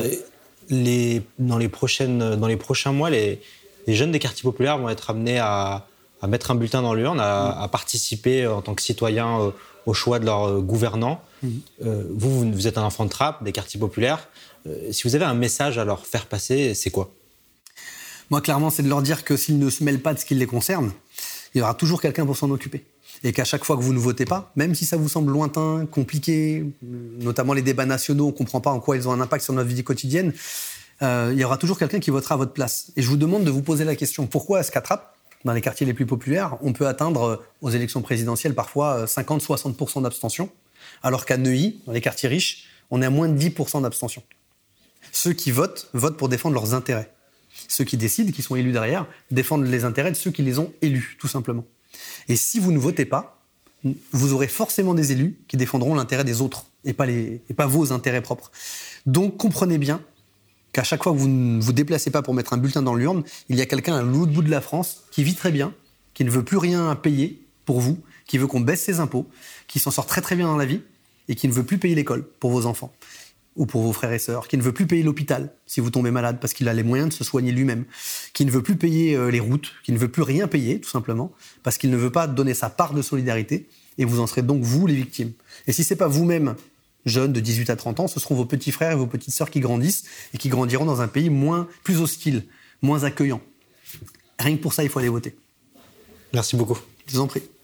Oui. Dans les prochains mois, les jeunes des quartiers populaires vont être amenés à mettre un bulletin dans l'urne, à participer en tant que citoyen au choix de leurs gouvernants. Vous êtes un enfant de Trappes, des quartiers populaires. Si vous avez un message à leur faire passer, c'est quoi ? Moi, clairement, c'est de leur dire que s'ils ne se mêlent pas de ce qui les concerne, il y aura toujours quelqu'un pour s'en occuper. Et qu'à chaque fois que vous ne votez pas, même si ça vous semble lointain, compliqué, notamment les débats nationaux, on ne comprend pas en quoi ils ont un impact sur notre vie quotidienne, il y aura toujours quelqu'un qui votera à votre place. Et je vous demande de vous poser la question, pourquoi est-ce qu'à Trappes, dans les quartiers les plus populaires, on peut atteindre aux élections présidentielles parfois 50-60% d'abstention, alors qu'à Neuilly, dans les quartiers riches, on est à moins de 10% d'abstention. Ceux qui votent pour défendre leurs intérêts. Ceux qui décident, qui sont élus derrière, défendent les intérêts de ceux qui les ont élus, tout simplement. Et si vous ne votez pas, vous aurez forcément des élus qui défendront l'intérêt des autres et pas vos intérêts propres. Donc comprenez bien qu'à chaque fois que vous ne vous déplacez pas pour mettre un bulletin dans l'urne, il y a quelqu'un à l'autre bout de la France qui vit très bien, qui ne veut plus rien payer pour vous, qui veut qu'on baisse ses impôts, qui s'en sort très très bien dans la vie et qui ne veut plus payer l'école pour vos enfants ou pour vos frères et sœurs, qui ne veut plus payer l'hôpital si vous tombez malade parce qu'il a les moyens de se soigner lui-même, qui ne veut plus payer les routes, qui ne veut plus rien payer tout simplement parce qu'il ne veut pas donner sa part de solidarité et vous en serez donc vous les victimes. Et si c'est pas vous-même jeunes de 18 à 30 ans, ce seront vos petits frères et vos petites sœurs qui grandissent et qui grandiront dans un pays plus hostile, moins accueillant. Rien que pour ça, il faut aller voter. Merci beaucoup. Je vous en prie.